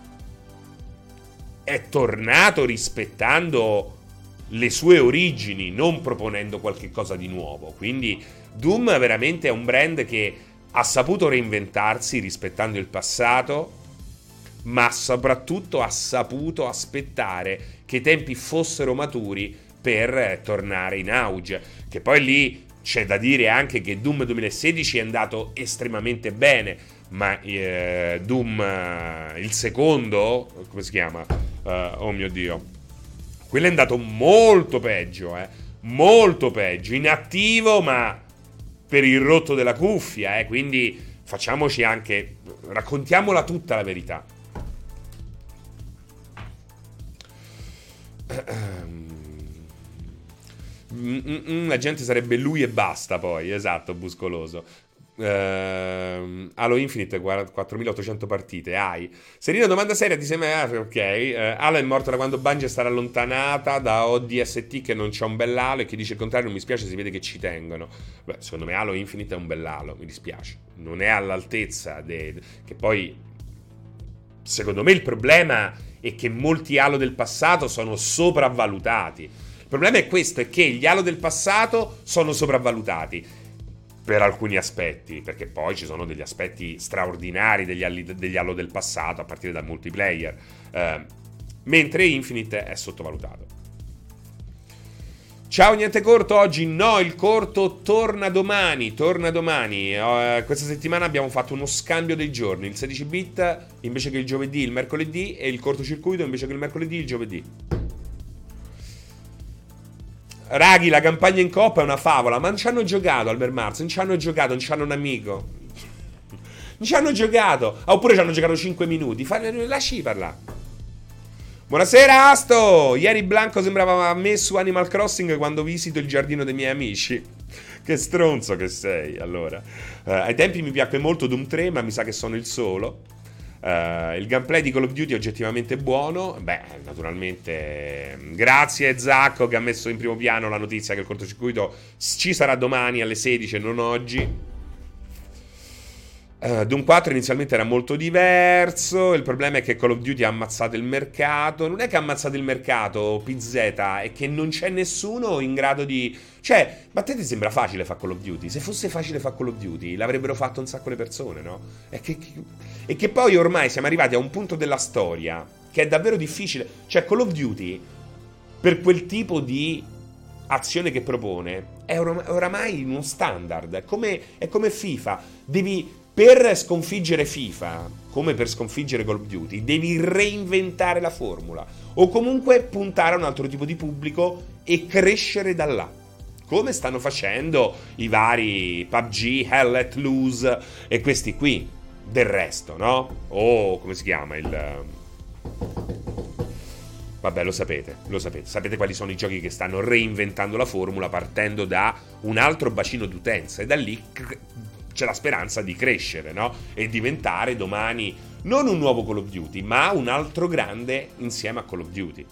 è tornato rispettando le sue origini, non proponendo qualche cosa di nuovo. Quindi Doom veramente è un brand che ha saputo reinventarsi rispettando il passato, ma soprattutto ha saputo aspettare che i tempi fossero maturi per tornare in auge. Che poi lì c'è da dire anche che Doom duemilasedici è andato estremamente bene, ma eh, Doom eh, il secondo, come si chiama? Uh, oh mio Dio, quello è andato molto peggio, eh? molto peggio, inattivo, ma per il rotto della cuffia, eh? Quindi facciamoci anche, raccontiamola tutta la verità. La gente sarebbe lui e basta, poi, esatto, Buscoloso. Uh, Halo Infinite quattromilaottocento partite. Hai Serino, domanda seria, ti sembra? Ah, ok. uh, Halo è morto da quando Bungie è stata allontanata da O D S T, che non c'è un bell'Halo, e chi dice il contrario non mi spiace, si vede che ci tengono. Beh, secondo me Halo Infinite è un bell'Halo, mi dispiace, non è all'altezza de... che poi secondo me il problema è che molti Halo del passato sono sopravvalutati. Il problema è questo, è che gli Halo del passato sono sopravvalutati per alcuni aspetti, perché poi ci sono degli aspetti straordinari degli, alli, degli Halo del passato, a partire dal multiplayer, eh, mentre Infinite è sottovalutato. Ciao, niente corto oggi? No, il corto torna domani, torna domani. Uh, questa settimana abbiamo fatto uno scambio dei giorni, il sedici bit invece che il giovedì, il mercoledì, e il cortocircuito invece che il mercoledì, il giovedì. Raghi, la campagna in coppa è una favola, ma non ci hanno giocato Albert Mars, non ci hanno giocato, non ci hanno un amico. Non ci hanno giocato. Ah, oppure ci hanno giocato cinque minuti. Fai, lasci parlare. Buonasera Asto. Ieri Blanco sembrava a me su Animal Crossing quando visito il giardino dei miei amici. Che stronzo che sei. Allora, uh, ai tempi mi piacque molto Doom tre, ma mi sa che sono il solo. Uh, il gameplay di Call of Duty è oggettivamente buono. Beh, naturalmente grazie Zacco che ha messo in primo piano la notizia che il cortocircuito ci sarà domani alle sedici e non oggi. uh, Doom quattro inizialmente era molto diverso. Il problema è che Call of Duty ha ammazzato il mercato. Non è che ha ammazzato il mercato P Z, è che non c'è nessuno in grado di... Cioè, ma a te ti sembra facile fare Call of Duty? Se fosse facile fare Call of Duty l'avrebbero fatto un sacco di persone, no? E che, che, e che poi ormai siamo arrivati a un punto della storia che è davvero difficile. Cioè, Call of Duty, per quel tipo di azione che propone, è oram- oramai uno standard. È come, è come FIFA. Devi, per sconfiggere FIFA, come per sconfiggere Call of Duty, devi reinventare la formula. O comunque puntare a un altro tipo di pubblico e crescere da là. Come stanno facendo i vari P U B G, Hell Let Loose e questi qui, del resto, no? O come si chiama il... Vabbè, lo sapete, lo sapete. Sapete quali sono i giochi che stanno reinventando la formula partendo da un altro bacino d'utenza, e da lì cr- c'è la speranza di crescere, no? E diventare domani non un nuovo Call of Duty, ma un altro grande insieme a Call of Duty.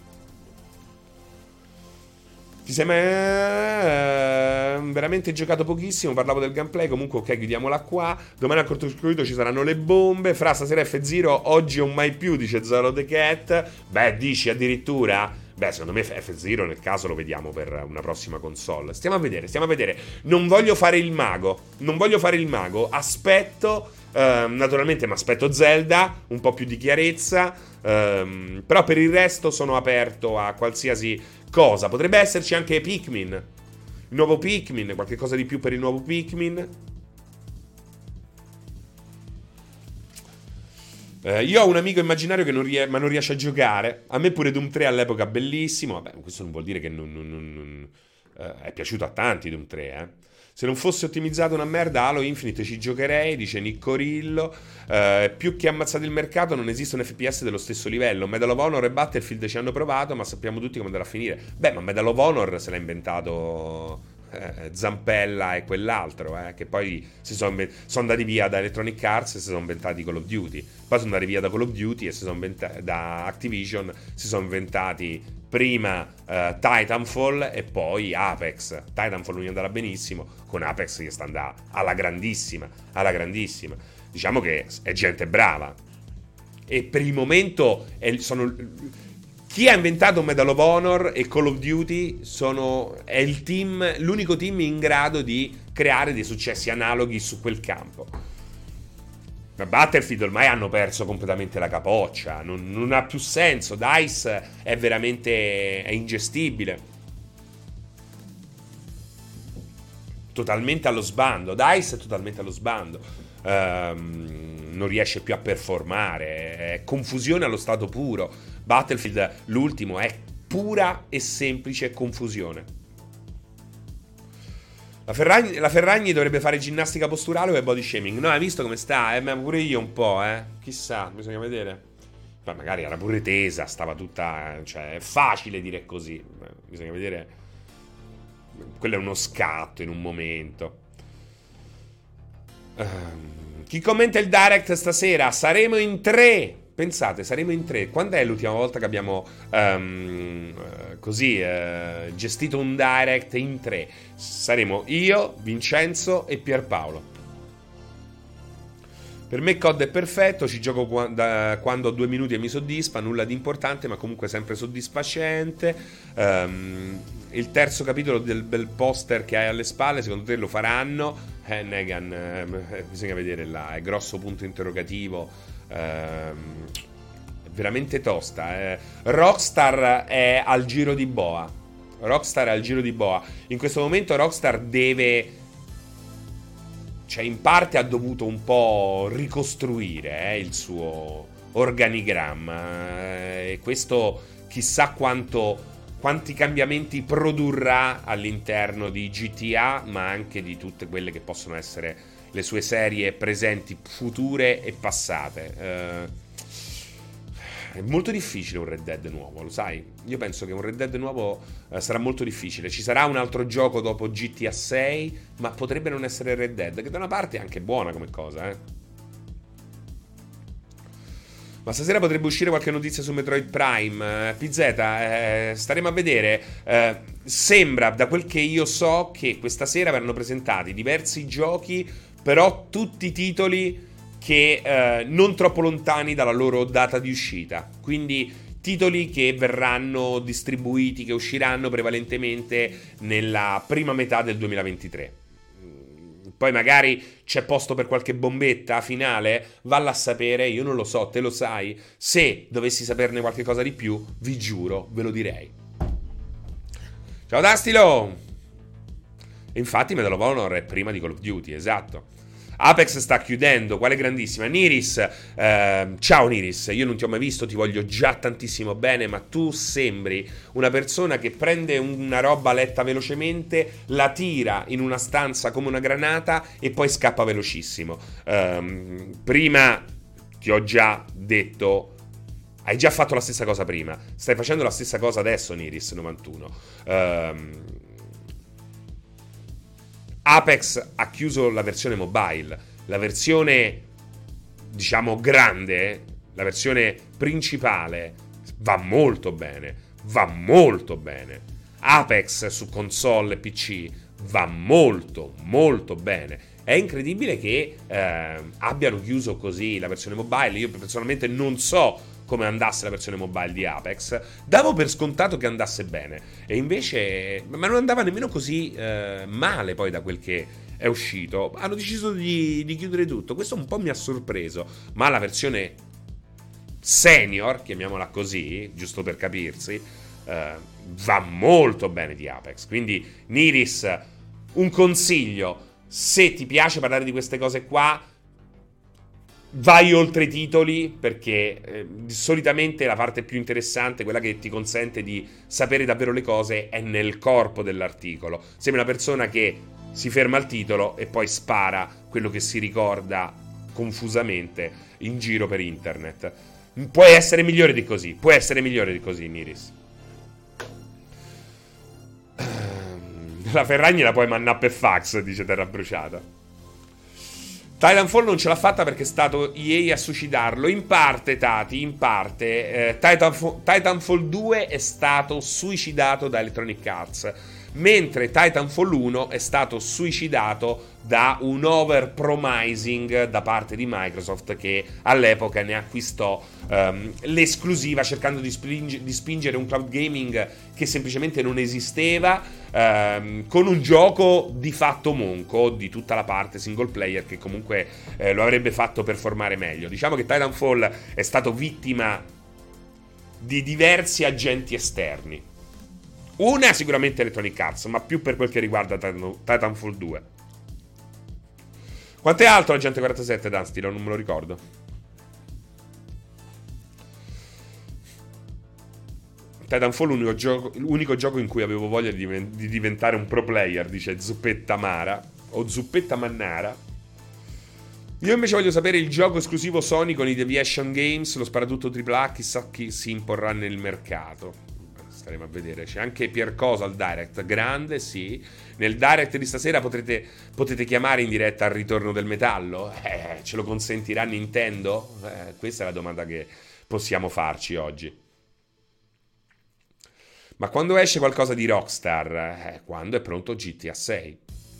Ti sembra eh, veramente giocato pochissimo. Parlavo del gameplay. Comunque ok, chiudiamola qua. Domani al cortocircuito ci saranno le bombe. Fra stasera F zero, oggi o mai più, dice Zoro the Cat. Beh, dici addirittura? Beh, secondo me F-Zero nel caso lo vediamo per una prossima console. Stiamo a vedere, stiamo a vedere. Non voglio fare il mago. Non voglio fare il mago. Aspetto, eh, naturalmente mi aspetto Zelda, un po' più di chiarezza. Ehm, però per il resto sono aperto a qualsiasi cosa. Potrebbe esserci anche Pikmin. Il nuovo Pikmin, qualche cosa di più per il nuovo Pikmin. Eh, io ho un amico immaginario che non rie- ma non riesce a giocare. A me pure Doom tre all'epoca bellissimo. Vabbè, questo non vuol dire che non, non- non- non- eh, è piaciuto a tanti Doom tre, eh. Se non fosse ottimizzato una merda, Halo Infinite ci giocherei, dice Niccorillo. Eh, più che ammazzato il mercato, non esistono F P S dello stesso livello. Medal of Honor e Battlefield ci hanno provato, ma sappiamo tutti come andrà a finire. Beh, ma Medal of Honor se l'ha inventato eh, Zampella e quell'altro, eh, che poi si sono, sono andati via da Electronic Arts e si sono inventati Call of Duty. Poi sono andati via da Call of Duty e si sono inventati da Activision, si sono inventati prima uh, Titanfall e poi Apex. Titanfall non gli andava benissimo, con Apex gli sta andando alla grandissima, alla grandissima. Diciamo che è gente brava. E per il momento è, sono, chi ha inventato Medal of Honor e Call of Duty sono, è il team, l'unico team in grado di creare dei successi analoghi su quel campo. Ma Battlefield ormai hanno perso completamente la capoccia, non, non ha più senso. DICE è veramente è ingestibile, totalmente allo sbando. DICE è totalmente allo sbando, um, non riesce più a performare, è confusione allo stato puro. Battlefield, l'ultimo, è pura e semplice confusione. La Ferragni, la Ferragni dovrebbe fare ginnastica posturale o è body shaming? No, hai visto come sta? Eh, ma pure io un po', eh. Chissà, bisogna vedere. Ma magari era pure tesa, stava tutta... Cioè, è facile dire così. Bisogna vedere. Quello è uno scatto in un momento. Um, chi commenta il direct stasera? Saremo in tre. Pensate, saremo in tre. Quando è l'ultima volta che abbiamo um, così uh, gestito un direct in tre? Saremo io, Vincenzo e Pierpaolo. Per me C O D è perfetto, ci gioco quando, quando ho due minuti e mi soddisfa, nulla di importante, ma comunque sempre soddisfacente. Um, il terzo capitolo del bel poster che hai alle spalle, secondo te lo faranno? Eh, Negan, eh, bisogna vedere là, è grosso punto interrogativo. Uh, veramente tosta, eh. Rockstar è al giro di boa. Rockstar è al giro di boa. In questo momento Rockstar deve, cioè in parte ha dovuto un po' ricostruire eh, il suo organigramma, eh, e questo chissà quanto quanti cambiamenti produrrà all'interno di G T A, ma anche di tutte quelle che possono essere le sue serie presenti, future e passate. Eh, è molto difficile un Red Dead nuovo, lo sai? Io penso che un Red Dead nuovo eh, sarà molto difficile. Ci sarà un altro gioco dopo G T A sei, ma potrebbe non essere Red Dead, che da una parte è anche buona come cosa, eh. Ma stasera potrebbe uscire qualche notizia su Metroid Prime. eh, P Z, eh, staremo a vedere. eh, Sembra, da quel che io so, che questa sera verranno presentati diversi giochi, però tutti titoli che eh, non troppo lontani dalla loro data di uscita. Quindi titoli che verranno distribuiti, che usciranno prevalentemente nella prima metà del duemilaventitré. Poi magari c'è posto per qualche bombetta finale, valla a sapere, io non lo so, te lo sai. Se dovessi saperne qualche cosa di più, vi giuro, ve lo direi. Ciao Dastilo! E infatti Medal of Honor è prima di Call of Duty, esatto. Apex sta chiudendo, quale grandissima. Niris, eh, ciao Niris, io non ti ho mai visto, ti voglio già tantissimo bene, ma tu sembri una persona che prende una roba letta velocemente, la tira in una stanza come una granata e poi scappa velocissimo. Eh, prima ti ho già detto, hai già fatto la stessa cosa prima, stai facendo la stessa cosa adesso, Niris novantuno. Eh, Apex ha chiuso la versione mobile, la versione, diciamo, grande, la versione principale va molto bene, va molto bene. Apex su console e P C va molto, molto bene. È incredibile che eh, abbiano chiuso così la versione mobile. Io personalmente non so come andasse la versione mobile di Apex. Davo per scontato che andasse bene, e invece, ma non andava nemmeno così eh, male poi da quel che è uscito. Hanno deciso di, di chiudere tutto. Questo un po' mi ha sorpreso, ma la versione senior, chiamiamola così, giusto per capirsi, eh, va molto bene di Apex. Quindi Niris, un consiglio: se ti piace parlare di queste cose qua, vai oltre i titoli, perché eh, solitamente la parte più interessante, quella che ti consente di sapere davvero le cose, è nel corpo dell'articolo. Sembra una persona che si ferma al titolo e poi spara quello che si ricorda confusamente in giro per internet. Puoi essere migliore di così, puoi essere migliore di così, Niris. La Ferragni la puoi mannà per fax, dice Terra Bruciata. Titanfall non ce l'ha fatta perché è stato E A a suicidarlo. In parte, Tati, in parte. Eh, Titanfall, Titanfall due è stato suicidato da Electronic Arts, mentre Titanfall uno è stato suicidato da un overpromising da parte di Microsoft, che all'epoca ne acquistò um, l'esclusiva, cercando di, spinge, di spingere un cloud gaming che semplicemente non esisteva, um, con un gioco di fatto monco di tutta la parte single player, che comunque eh, lo avrebbe fatto performare meglio. Diciamo che Titanfall è stato vittima di diversi agenti esterni. Una sicuramente Electronic Arts, ma più per quel che riguarda Titanfall due. Quanto è alto l'agente quarantasette, Dunstilo? Non me lo ricordo. Titanfall, l'unico gioco, l'unico gioco in cui avevo voglia di, di diventare un pro player, dice Zuppetta Mara, o Zuppetta Mannara. Io invece voglio sapere il gioco esclusivo Sony con i Deviation Games, lo sparatutto tripla A, chissà chi si imporrà nel mercato. Staremo a vedere. C'è anche Pier Cosa al Direct, grande, sì. Nel Direct di stasera potrete, potete chiamare in diretta al ritorno del metallo? Eh, ce lo consentirà Nintendo? Eh, questa è la domanda che possiamo farci oggi. Ma quando esce qualcosa di Rockstar? Eh, quando è pronto G T A sei.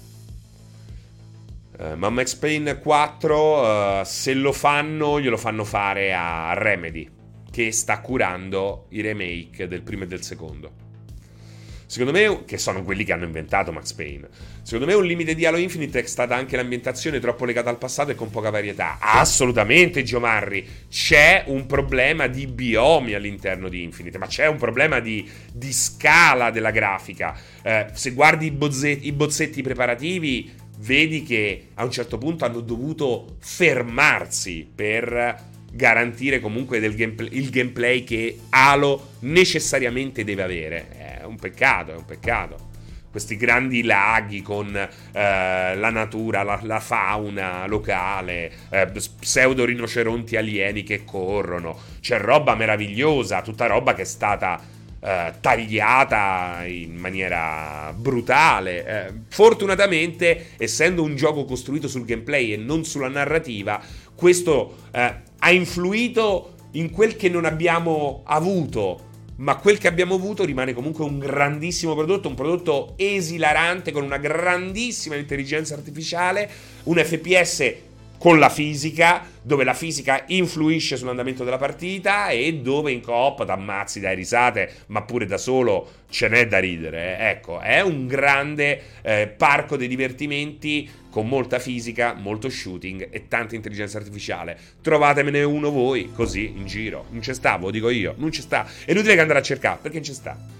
Uh, ma Max Payne quattro, uh, se lo fanno, glielo fanno fare a Remedy, che sta curando i remake del primo e del secondo. Secondo me, che sono quelli che hanno inventato Max Payne, secondo me un limite di Halo Infinite è stata anche l'ambientazione troppo legata al passato e con poca varietà. Assolutamente, Giomarri, c'è un problema di biomi all'interno di Infinite, ma c'è un problema di, di scala della grafica. Eh, se guardi i bozzetti, i bozzetti preparativi, vedi che a un certo punto hanno dovuto fermarsi per garantire comunque del gameplay, il gameplay che Halo necessariamente deve avere. È un peccato, è un peccato. Questi grandi laghi con eh, la natura, la, la fauna locale, eh, pseudo rinoceronti alieni che corrono. C'è roba meravigliosa, tutta roba che è stata eh, tagliata in maniera brutale. Eh, fortunatamente, essendo un gioco costruito sul gameplay e non sulla narrativa, questo eh, ha influito in quel che non abbiamo avuto, ma quel che abbiamo avuto rimane comunque un grandissimo prodotto, un prodotto esilarante con una grandissima intelligenza artificiale, un F P S con la fisica, dove la fisica influisce sull'andamento della partita e dove in coop t'ammazzi, dai risate, ma pure da solo ce n'è da ridere. Eh. Ecco, è un grande eh, parco dei divertimenti con molta fisica, molto shooting e tanta intelligenza artificiale. Trovatemene uno voi, così, in giro. Non c'è sta, ve lo dico io, non c'è sta. È inutile che andare a cercare, perché non c'è sta.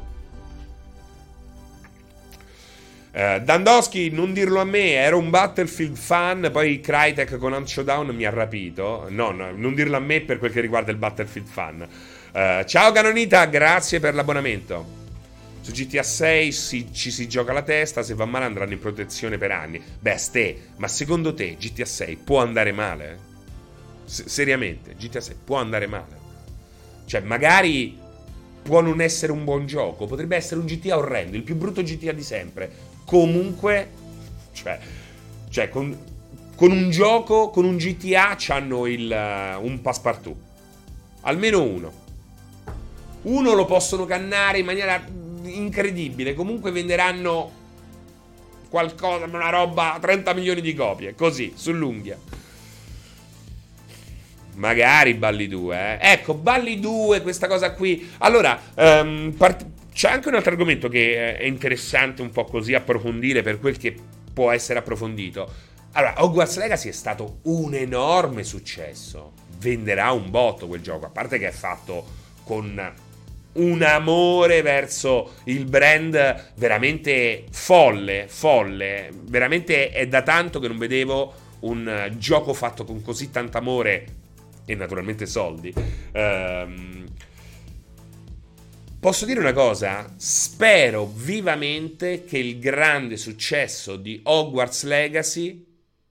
Uh, Dandowski, non dirlo a me, ero un Battlefield fan, poi Crytek con Hunt Showdown mi ha rapito. No, no, non dirlo a me per quel che riguarda il Battlefield fan. Uh, ciao Canonita, grazie per l'abbonamento. Su G T A sei si, ci si gioca la testa, se va male andranno in protezione per anni. Beh, ste, ma secondo te G T A sei può andare male? S- seriamente, G T A sei può andare male? Cioè, magari può non essere un buon gioco, potrebbe essere un G T A orrendo, il più brutto G T A di sempre. Comunque, cioè, cioè con, con un gioco, con un G T A c'hanno il, uh, un passepartout. Almeno uno. Uno lo possono cannare in maniera incredibile. Comunque venderanno qualcosa, una roba, trenta milioni di copie, così, sull'unghia. Magari Balli due, eh. Ecco, Balli due, questa cosa qui. Allora, um, part- c'è anche un altro argomento che è interessante un po' così approfondire per quel che può essere approfondito. Allora, Hogwarts Legacy è stato un enorme successo. Venderà un botto quel gioco, a parte che è fatto con un amore verso il brand veramente folle, folle. Veramente è da tanto che non vedevo un gioco fatto con così tanto amore e naturalmente soldi. Ehm, posso dire una cosa? Spero vivamente che il grande successo di Hogwarts Legacy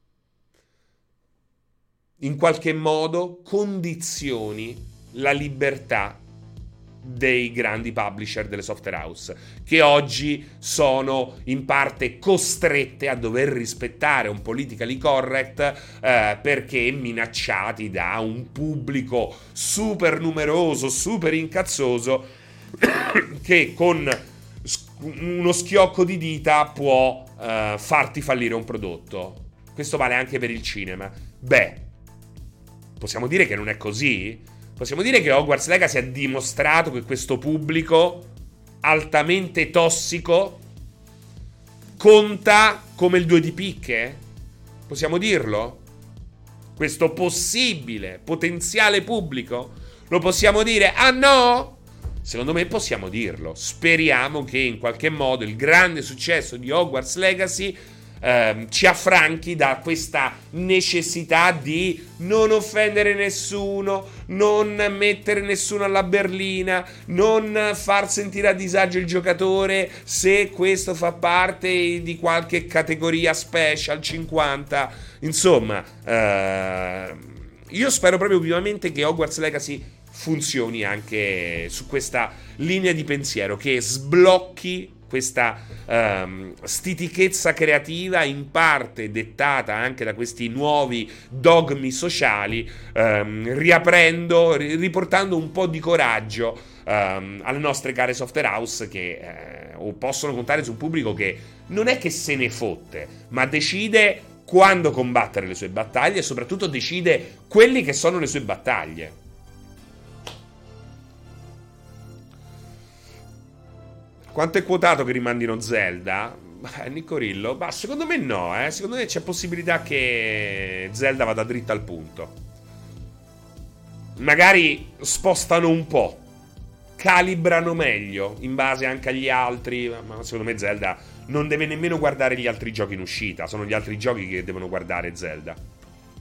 in qualche modo condizioni la libertà dei grandi publisher delle software house, che oggi sono in parte costrette a dover rispettare un politically correct eh, perché minacciati da un pubblico super numeroso, super incazzoso che con uno schiocco di dita può eh, farti fallire un prodotto. Questo vale anche per il cinema. Beh, possiamo dire che non è così? Possiamo dire che Hogwarts Legacy ha dimostrato che questo pubblico altamente tossico conta come il due di picche? Possiamo dirlo? Questo possibile, potenziale pubblico? Lo possiamo dire? Ah no? Secondo me possiamo dirlo. Speriamo che in qualche modo il grande successo di Hogwarts Legacy ehm, ci affranchi da questa necessità di non offendere nessuno, non mettere nessuno alla berlina, non far sentire a disagio il giocatore se questo fa parte di qualche categoria special cinquanta. Insomma, ehm, io spero proprio vivamente che Hogwarts Legacy funzioni anche su questa linea di pensiero, che sblocchi questa um, stitichezza creativa in parte dettata anche da questi nuovi dogmi sociali, um, riaprendo, riportando un po' di coraggio um, alle nostre care software house che eh, possono contare su un pubblico che non è che se ne fotte, ma decide quando combattere le sue battaglie e soprattutto decide quelli che sono le sue battaglie. Quanto è quotato che rimandino Zelda? Eh, Nicorillo, ma secondo me no, eh. Secondo me c'è possibilità che Zelda vada dritta al punto. Magari spostano un po', calibrano meglio in base anche agli altri, ma secondo me Zelda non deve nemmeno guardare gli altri giochi in uscita, sono gli altri giochi che devono guardare Zelda.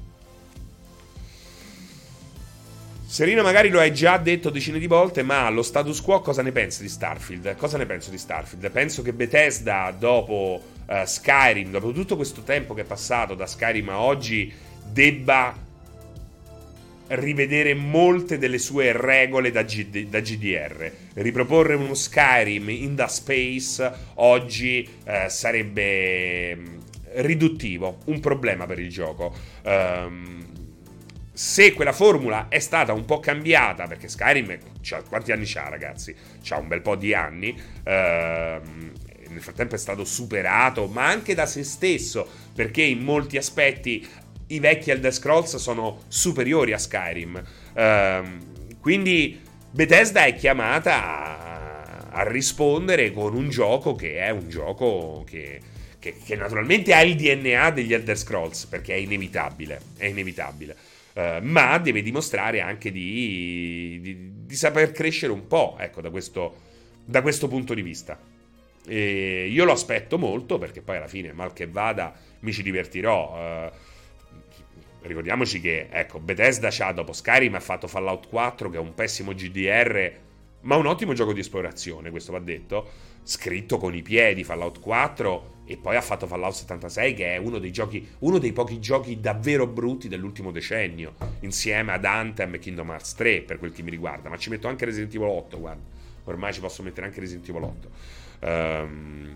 Serino, magari lo hai già detto decine di volte, ma lo status quo cosa ne pensi di Starfield? Cosa ne penso di Starfield? Penso che Bethesda, dopo uh, Skyrim, dopo tutto questo tempo che è passato da Skyrim a oggi, debba rivedere molte delle sue regole da, G- da G D R. Riproporre uno Skyrim in the space oggi uh, sarebbe riduttivo, un problema per il gioco. Um, Se quella formula è stata un po' cambiata, perché Skyrim c'ha, quanti anni c'ha, ragazzi? C'ha un bel po' di anni, ehm, nel frattempo è stato superato, ma anche da se stesso, perché in molti aspetti i vecchi Elder Scrolls sono superiori a Skyrim. Ehm, quindi Bethesda è chiamata a, a rispondere con un gioco che è un gioco che, che, che naturalmente ha il D N A degli Elder Scrolls, perché è inevitabile, è inevitabile. Uh, ma deve dimostrare anche di, di, di saper crescere un po', ecco, da questo, da questo punto di vista. E io lo aspetto molto, perché poi alla fine, mal che vada, mi ci divertirò. Uh, ricordiamoci che, ecco, Bethesda c'ha, dopo Skyrim, ha fatto Fallout quattro, che è un pessimo G D R, ma un ottimo gioco di esplorazione, questo va detto, scritto con i piedi. Fallout quattro, e poi ha fatto Fallout settantasei, che è uno dei giochi, uno dei pochi giochi davvero brutti dell'ultimo decennio, insieme ad Anthem e Kingdom Hearts tre, per quel che mi riguarda. Ma ci metto anche Resident Evil otto, guarda, ormai ci posso mettere anche Resident Evil otto. um...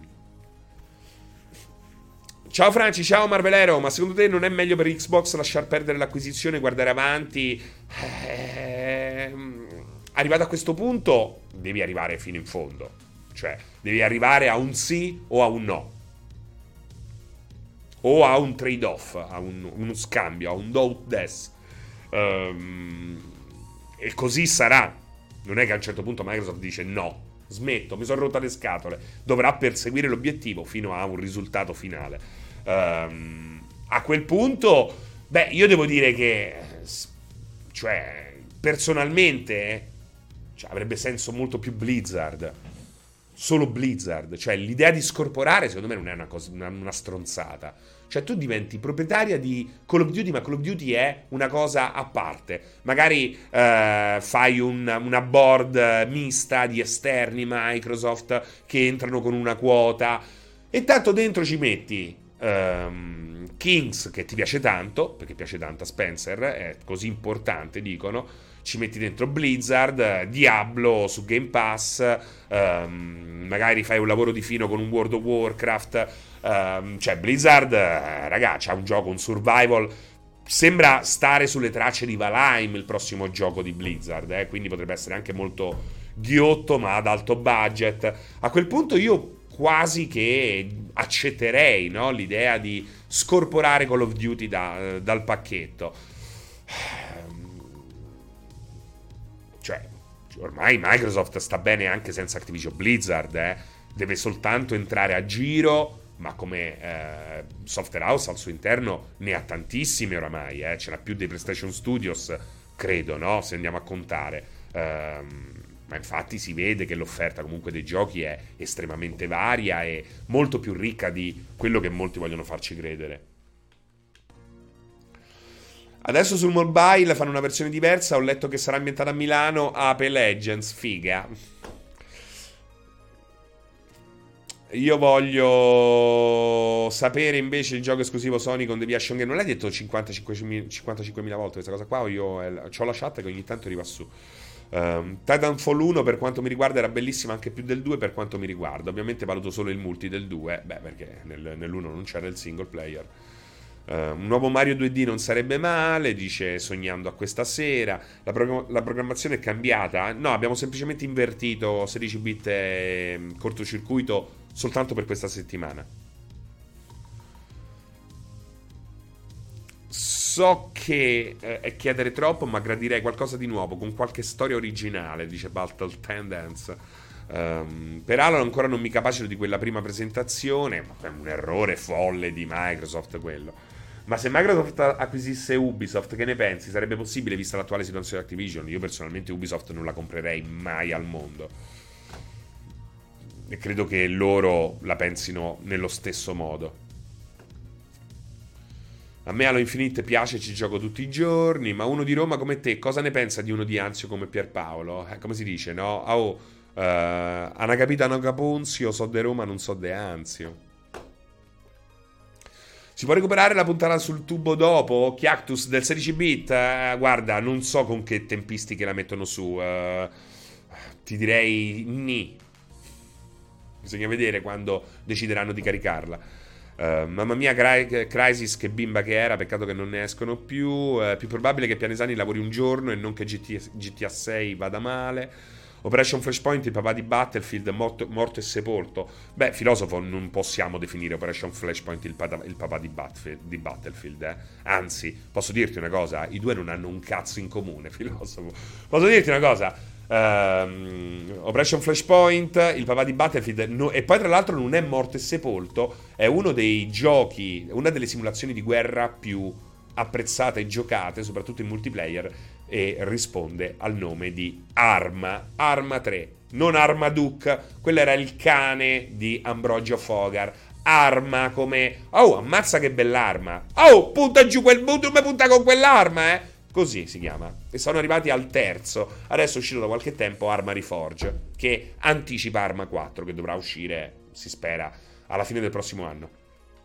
Ciao Franci, ciao Marvelero, ma secondo te non è meglio per Xbox lasciar perdere l'acquisizione e guardare avanti? Ehm... Arrivato a questo punto devi arrivare fino in fondo, cioè devi arrivare a un sì o a un no, o a un trade-off, a un, uno scambio, a un do ut des. Um, e così sarà. Non è che a un certo punto Microsoft dice no, smetto, mi sono rotta le scatole. Dovrà perseguire l'obiettivo fino a un risultato finale. Um, a quel punto, beh, io devo dire che, cioè, personalmente, cioè, avrebbe senso molto più Blizzard. Solo Blizzard. Cioè, l'idea di scorporare, secondo me, non è una, cosa, una, una stronzata. Cioè, tu diventi proprietaria di Call of Duty, ma Call of Duty è una cosa a parte. Magari eh, fai un, una board mista di esterni Microsoft che entrano con una quota, e tanto dentro ci metti um, Kings, che ti piace tanto, perché piace tanto a Spencer, è così importante, dicono. Ci metti dentro Blizzard, Diablo su Game Pass, um, magari fai un lavoro di fino con un World of Warcraft. Um, cioè Blizzard, eh, raga, c'ha un gioco, un survival. Sembra stare sulle tracce di Valheim, il prossimo gioco di Blizzard, eh, quindi potrebbe essere anche molto ghiotto, ma ad alto budget. A quel punto io quasi che accetterei, no, l'idea di scorporare Call of Duty da, dal pacchetto. Cioè, ormai Microsoft sta bene anche senza Activision Blizzard, eh. Deve soltanto entrare a giro, ma come eh, software house al suo interno ne ha tantissime oramai, eh. Ce n'ha più dei PlayStation Studios, credo, no? Se andiamo a contare. Um, ma infatti si vede che l'offerta comunque dei giochi è estremamente varia e molto più ricca di quello che molti vogliono farci credere. Adesso sul mobile fanno una versione diversa. Ho letto che sarà ambientata a Milano. Ape Legends, figa. Io voglio sapere invece il gioco esclusivo Sony con Deviation Game. Non l'hai detto cinquantacinquemila volte questa cosa qua? O io eh, ho la chat che ogni tanto arriva su. um, Titanfall uno per quanto mi riguarda era bellissima, anche più del due per quanto mi riguarda. Ovviamente valuto solo il multi del due. Beh, perché nel, nell'uno non c'era il single player. Uh, un nuovo Mario due D non sarebbe male, dice sognando a questa sera. La, prog- la programmazione è cambiata? No, abbiamo semplicemente invertito sedici bit e cortocircuito soltanto per questa settimana. So che eh, è chiedere troppo, ma gradirei qualcosa di nuovo, con qualche storia originale, dice Battle Tendence. Um, per Halo ancora non mi capacito di quella prima presentazione, ma è un errore folle di Microsoft quello. Ma se Microsoft acquisisse Ubisoft, che ne pensi? Sarebbe possibile vista l'attuale situazione di Activision? Io personalmente Ubisoft non la comprerei mai al mondo. E credo che loro la pensino nello stesso modo. A me Halo Infinite piace, ci gioco tutti i giorni, ma uno di Roma come te, cosa ne pensa di uno di Anzio come Pierpaolo? Eh, come si dice, no? Oh, uh, Ana capita Ana Caponzio, so de Roma, non so de Anzio. Si può recuperare la puntata sul tubo dopo? Chiactus del sedici bit? Uh, guarda, non so con che tempistiche la mettono su. Uh, ti direi ni. Bisogna vedere quando decideranno di caricarla. Uh, mamma mia, Cry- Crysis, che bimba che era, peccato che non ne escono più. Uh, più probabile che Pianesani lavori un giorno e non che G T- G T A sei vada male. Operation Flashpoint, il papà di Battlefield, morto, morto e sepolto. Beh, filosofo, non possiamo definire Operation Flashpoint il, pata, il papà di Battlefield, di Battlefield eh. Anzi, posso dirti una cosa, i due non hanno un cazzo in comune, filosofo. Posso dirti una cosa, um, Operation Flashpoint, il papà di Battlefield, no, e poi tra l'altro non è morto e sepolto, è uno dei giochi, una delle simulazioni di guerra più apprezzate e giocate, soprattutto in multiplayer, e risponde al nome di Arma, Arma tre, non Armaduke, quello era il cane di Ambrogio Fogar. Arma come, oh, ammazza che bell'arma, oh, punta giù quel butto, mi punta con quell'arma, eh, così si chiama. E sono arrivati al terzo, adesso è uscito da qualche tempo Arma Reforge, che anticipa Arma quattro, che dovrà uscire, si spera, alla fine del prossimo anno.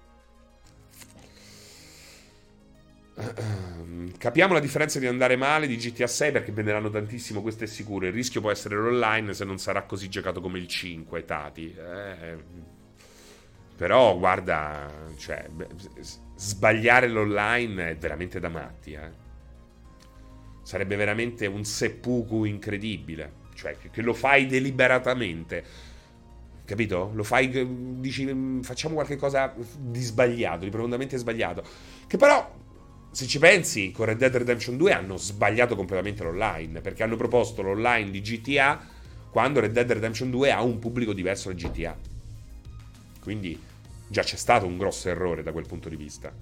Capiamo la differenza di andare male di G T A sei, perché venderanno tantissimo, questo è sicuro. Il rischio può essere l'online se non sarà così giocato come il cinque, Tati. Eh, però guarda, cioè, sbagliare l'online è veramente da matti, eh. Sarebbe veramente un seppuku incredibile, cioè che lo fai deliberatamente, capito? Lo fai, dici facciamo qualche cosa di sbagliato, di profondamente sbagliato, che però se ci pensi, con Red Dead Redemption due hanno sbagliato completamente l'online, perché hanno proposto l'online di G T A quando Red Dead Redemption due ha un pubblico diverso da G T A. Quindi già c'è stato un grosso errore da quel punto di vista.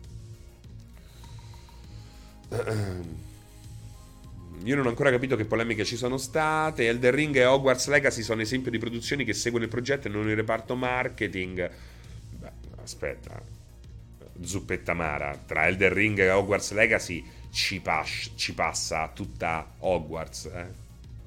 Io non ho ancora capito che polemiche ci sono state. Elden Ring e Hogwarts Legacy sono esempio di produzioni che seguono il progetto e non il reparto marketing. Beh, aspetta, zuppetta amara. Tra Elden Ring e Hogwarts Legacy ci, pas- ci passa tutta Hogwarts, eh.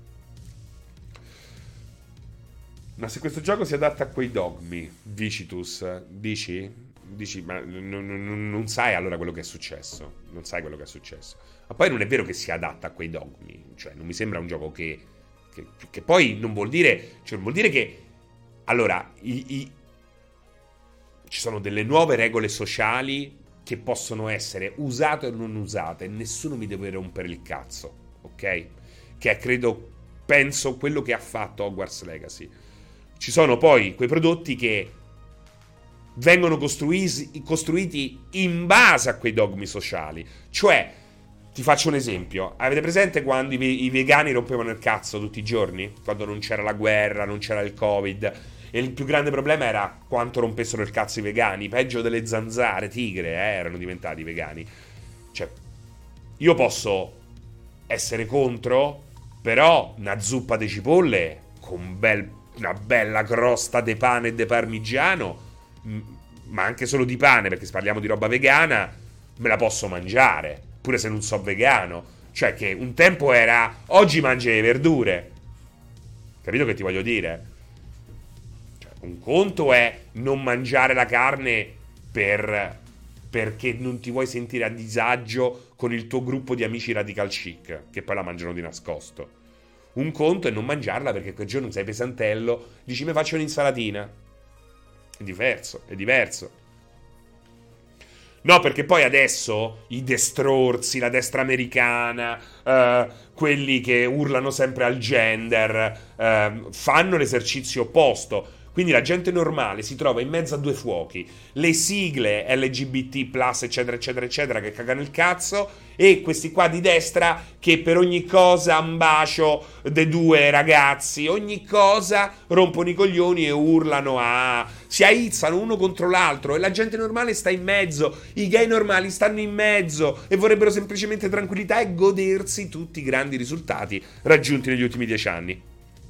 Ma se questo gioco si adatta a quei dogmi, Vicitus, dici? Dici, ma n- n- non sai allora quello che è successo. Non sai quello che è successo. Ma poi non è vero che si adatta a quei dogmi. Cioè, non mi sembra un gioco che... Che, che poi non vuol dire... Cioè, non vuol dire che... Allora, i, i, ci sono delle nuove regole sociali che possono essere usate o non usate. Nessuno mi deve rompere il cazzo, ok? Che è, credo, penso, quello che ha fatto Hogwarts Legacy. Ci sono poi quei prodotti che vengono costruiti, costruiti in base a quei dogmi sociali. Cioè, ti faccio un esempio. Avete presente quando i, i vegani rompevano il cazzo tutti i giorni? Quando non c'era la guerra, non c'era il Covid. E il più grande problema era quanto rompessero il cazzo i vegani. Peggio delle zanzare, tigre, eh, erano diventati vegani. Cioè, io posso essere contro, però una zuppa di cipolle con un bel... una bella crosta di pane e di parmigiano, ma anche solo di pane, perché se parliamo di roba vegana, me la posso mangiare, pure se non so vegano. Cioè che un tempo era, oggi mangi le verdure. Capito che ti voglio dire? Cioè, un conto è non mangiare la carne per, perché non ti vuoi sentire a disagio con il tuo gruppo di amici radical chic, che poi la mangiano di nascosto. Un conto è non mangiarla perché quel giorno sei pesantello, dici mi faccio un'insalatina. È diverso, è diverso. No, perché poi adesso i destrorsi, la destra americana, eh, quelli che urlano sempre al gender, eh, fanno l'esercizio opposto. Quindi la gente normale si trova in mezzo a due fuochi. Le sigle L G B T plus, eccetera, eccetera, eccetera, che cagano il cazzo, e questi qua di destra che per ogni cosa un bacio dei due ragazzi, ogni cosa rompono i coglioni e urlano a... si aizzano uno contro l'altro, e la gente normale sta in mezzo, i gay normali stanno in mezzo e vorrebbero semplicemente tranquillità e godersi tutti i grandi risultati raggiunti negli ultimi dieci anni.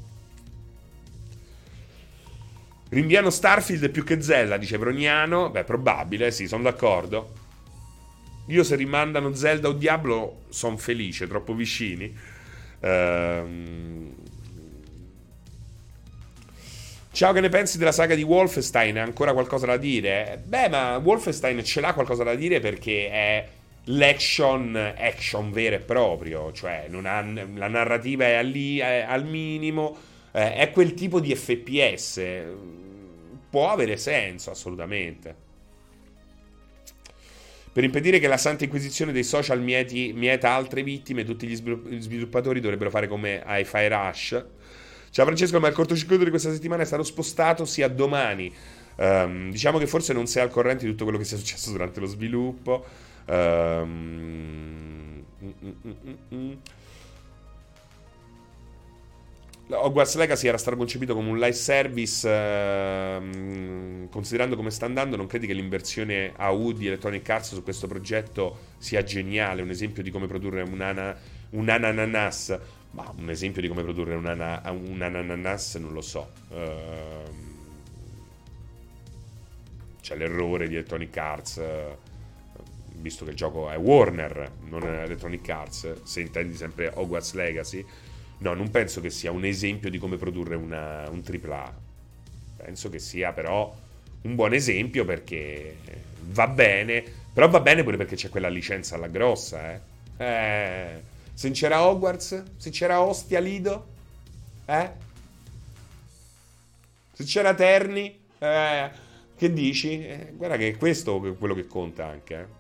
Rinviano Starfield più che Zelda, dice Brognano. Beh, probabile, sì, sono d'accordo. Io se rimandano Zelda o Diablo sono felice, troppo vicini. Ehm... Ciao, che ne pensi della saga di Wolfenstein? Hai ancora qualcosa da dire? Beh, ma Wolfenstein ce l'ha qualcosa da dire perché è l'action action vero e proprio. Cioè, non ha, la narrativa è, lì, è al minimo. Eh, è quel tipo di F P S. Può avere senso, assolutamente. Per impedire che la Santa Inquisizione dei social mieti, mieta altre vittime, tutti gli sviluppatori dovrebbero fare come Hi-Fi Rush. Ciao Francesco, ma il cortocircuito di questa settimana è stato spostato sia domani. Um, diciamo che forse non sei al corrente di tutto quello che sia successo durante lo sviluppo. Um, mm, mm, mm, mm. Hogwarts Legacy era stato concepito come un live service, ehm, considerando come sta andando, non credi che l'inversione A U di Electronic Arts su questo progetto sia geniale? Un esempio di come produrre un'ana, un'ananas, ma un esempio di come produrre un'ana, un'ananas non lo so. Ehm, c'è l'errore di Electronic Arts, eh, visto che il gioco è Warner, non è Electronic Arts, se intendi sempre Hogwarts Legacy. No, non penso che sia un esempio di come produrre una, un tripla A. Penso che sia però un buon esempio perché va bene, però va bene pure perché c'è quella licenza alla grossa, eh. eh se c'era Hogwarts, se c'era Ostia Lido, eh? Se c'era Terni, eh, che dici? Eh, guarda che questo è quello che conta anche, eh.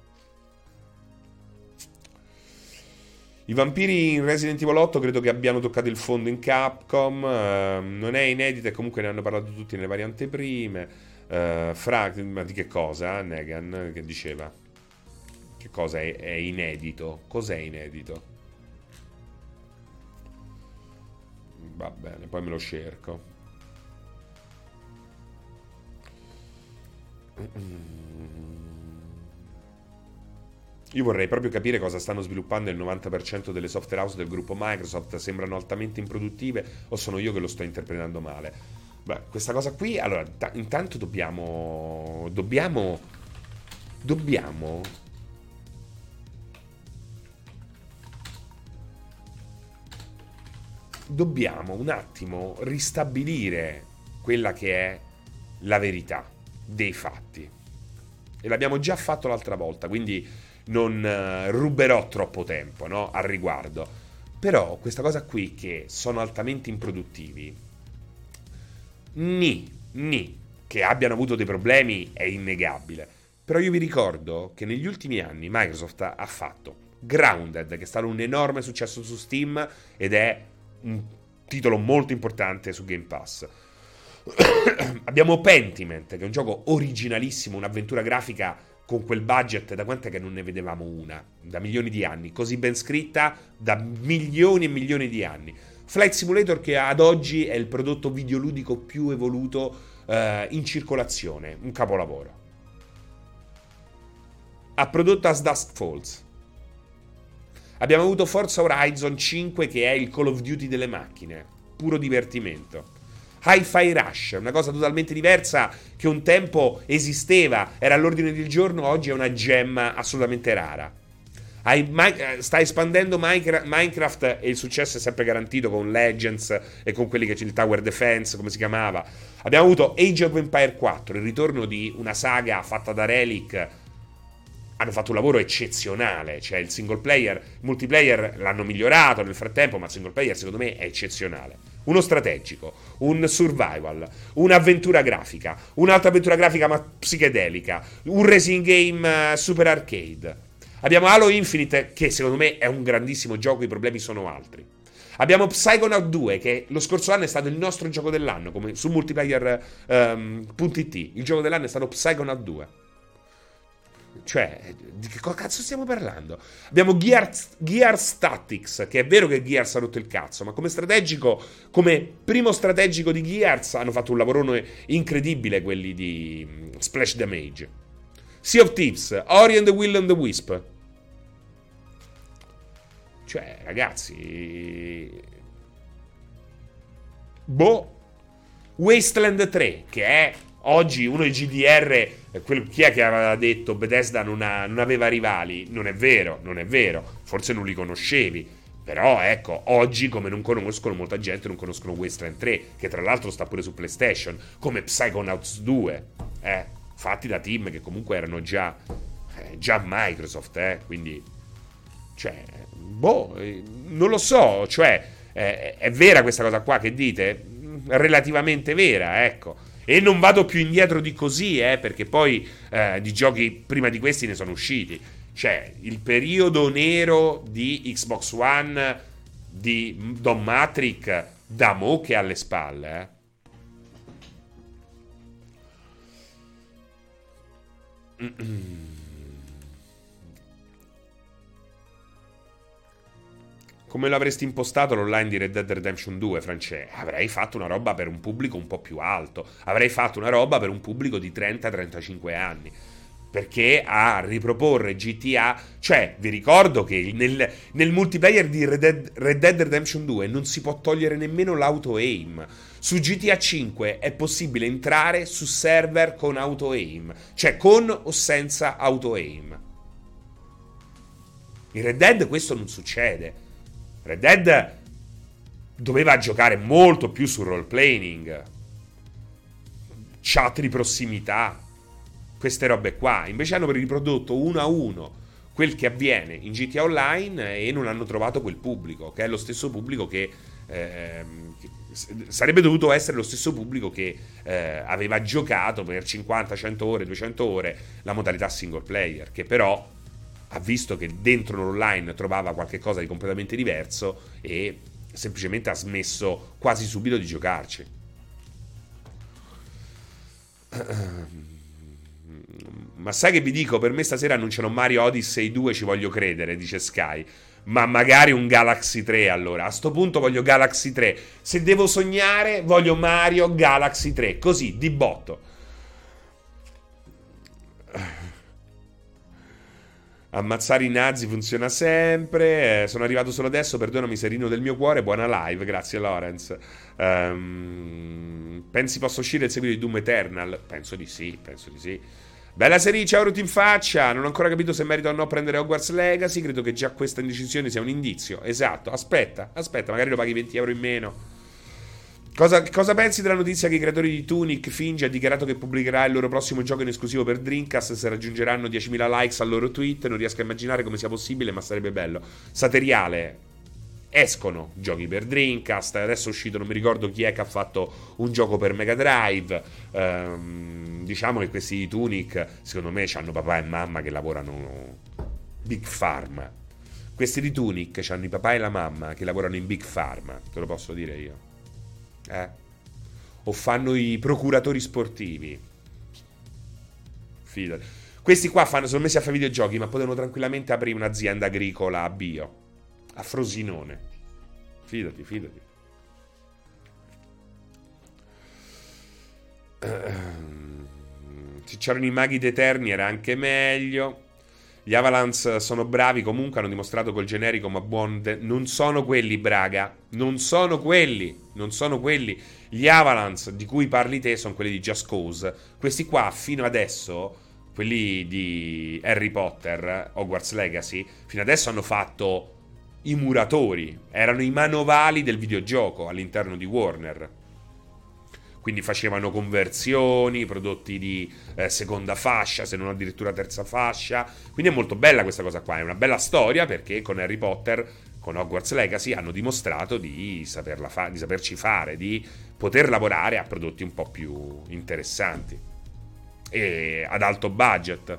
I vampiri in Resident Evil otto credo che abbiano toccato il fondo in Capcom, eh, non è inedita e comunque ne hanno parlato tutti nelle varie anteprime. eh, Fra, ma di che cosa? Negan che diceva? Che cosa è, è inedito? Cos'è inedito? Va bene, poi me lo cerco. Io vorrei proprio capire cosa stanno sviluppando il novanta per cento delle software house del gruppo Microsoft. Sembrano altamente improduttive o sono io che lo sto interpretando male? Beh, questa cosa qui, allora, ta- intanto dobbiamo... Dobbiamo... Dobbiamo... Dobbiamo un attimo ristabilire quella che è la verità dei fatti. E l'abbiamo già fatto l'altra volta, quindi non eh, ruberò troppo tempo, no, al riguardo. Però questa cosa qui che sono altamente improduttivi, ni, ni, che abbiano avuto dei problemi è innegabile. Però io vi ricordo che negli ultimi anni Microsoft ha, ha fatto Grounded, che è stato un enorme successo su Steam ed è un titolo molto importante su Game Pass. Abbiamo Pentiment, che è un gioco originalissimo, un'avventura grafica con quel budget, da quant'è che non ne vedevamo una? Da milioni di anni, così ben scritta, da milioni e milioni di anni. Flight Simulator, che ad oggi è il prodotto videoludico più evoluto eh, in circolazione, un capolavoro. Ha prodotto As Dusk Falls. Abbiamo avuto Forza Horizon cinque, che è il Call of Duty delle macchine, puro divertimento. Hi-Fi Rush, una cosa totalmente diversa che un tempo esisteva, era all'ordine del giorno, oggi è una gemma assolutamente rara. Sta espandendo Minecraft e il successo è sempre garantito con Legends e con quelli che c'è il Tower Defense, come si chiamava. Abbiamo avuto Age of Empire quattro, il ritorno di una saga fatta da Relic. Hanno fatto un lavoro eccezionale, cioè il single player, il multiplayer l'hanno migliorato nel frattempo, ma il single player secondo me è eccezionale. Uno strategico, un survival, un'avventura grafica, un'altra avventura grafica ma psichedelica, un racing game uh, super arcade. Abbiamo Halo Infinite, che secondo me è un grandissimo gioco, i problemi sono altri. Abbiamo Psychonaut due, che lo scorso anno è stato il nostro gioco dell'anno, come su multiplayer punto it. Um, il gioco dell'anno è stato Psychonaut due. Cioè, di che cazzo stiamo parlando? Abbiamo Gears, Gears Tactics, che è vero che Gears ha rotto il cazzo, ma come strategico, come primo strategico di Gears hanno fatto un lavorone incredibile quelli di Splash Damage. Sea of Thieves, Ori and the Will and the Wisp. Cioè, ragazzi, boh. Wasteland tre, che è oggi uno dei G D R, quel, chi è che aveva detto Bethesda non, ha, non aveva rivali? Non è vero, non è vero, forse non li conoscevi, però ecco, oggi come non conoscono, molta gente non conoscono Wasteland tre, che tra l'altro sta pure su PlayStation, come Psychonauts due, eh, fatti da team che comunque erano già, eh, già Microsoft, eh, quindi, cioè, boh, non lo so, cioè, eh, è vera questa cosa qua che dite? Relativamente vera, ecco. E non vado più indietro di così, eh, perché poi eh, di giochi prima di questi ne sono usciti. Cioè, il periodo nero di Xbox One di Don Matrix da mo' che alle spalle, eh. Come l'avresti impostato l'online di Red Dead Redemption due, France? Avrei fatto una roba per un pubblico un po' più alto. Avrei fatto una roba per un pubblico di trenta trentacinque anni. Perché a riproporre G T A... Cioè, vi ricordo che nel, nel multiplayer di Red Dead, Red Dead Redemption due non si può togliere nemmeno l'auto-aim. Su G T A cinque è possibile entrare su server con auto-aim. Cioè, con o senza auto-aim. In Red Dead questo non succede. Red Dead doveva giocare molto più sul role playing, chat di prossimità, queste robe qua. Invece hanno riprodotto uno a uno quel che avviene in G T A Online e non hanno trovato quel pubblico, che è lo stesso pubblico che, eh, che sarebbe dovuto essere lo stesso pubblico che eh, aveva giocato per cinquanta cento ore, duecento ore la modalità single player, che però ha visto che dentro l'online trovava qualche cosa di completamente diverso e semplicemente ha smesso quasi subito di giocarci. Ma sai che vi dico, per me stasera annunciano Mario Odyssey due, ci voglio credere, dice Sky. Ma magari un Galaxy tre allora. A sto punto voglio Galaxy tre. Se devo sognare, voglio Mario Galaxy tre. Così, di botto. Ammazzare i nazi funziona sempre. eh, Sono arrivato solo adesso, perdonami serino del mio cuore. Buona live, grazie Lorenz. Ehm, Pensi possa uscire il seguito di Doom Eternal? Penso di sì, penso di sì. Bella serie, ciao Ruti in faccia. Non ho ancora capito se merito o no prendere Hogwarts Legacy. Credo che già questa indecisione sia un indizio. Esatto, aspetta, aspetta, magari lo paghi venti euro in meno. Cosa, cosa pensi della notizia che i creatori di Tunic Finge ha dichiarato che pubblicherà il loro prossimo gioco in esclusivo per Dreamcast se raggiungeranno diecimila likes al loro tweet? Non riesco a immaginare come sia possibile, ma sarebbe bello. Sateriale. Escono giochi per Dreamcast. Adesso è uscito, non mi ricordo chi è che ha fatto un gioco per Mega Drive. Ehm, diciamo che questi di Tunic, secondo me, hanno papà e mamma che lavorano Big Pharma. Questi di Tunic hanno i papà e la mamma che lavorano in Big Pharma, te lo posso dire io. Eh? O fanno i procuratori sportivi. Fidati. Questi qua fanno, secondo me, si fa videogiochi, ma potevano tranquillamente aprire un'azienda agricola a bio a Frosinone. Fidati, fidati. Se c'erano i maghi d'Eterni era anche meglio. Gli Avalanche sono bravi comunque, hanno dimostrato col generico ma buon... De- non sono quelli, Braga. Non sono quelli. Non sono quelli. Gli Avalanche di cui parli te sono quelli di Just Cause. Questi qua, fino adesso, quelli di Harry Potter, Hogwarts Legacy, fino adesso hanno fatto i muratori. Erano i manovali del videogioco all'interno di Warner. Quindi facevano conversioni, prodotti di eh, seconda fascia, se non addirittura terza fascia. Quindi è molto bella questa cosa qua, è una bella storia perché con Harry Potter, con Hogwarts Legacy, hanno dimostrato di, saperla fa- di saperci fare, di poter lavorare a prodotti un po' più interessanti e ad alto budget.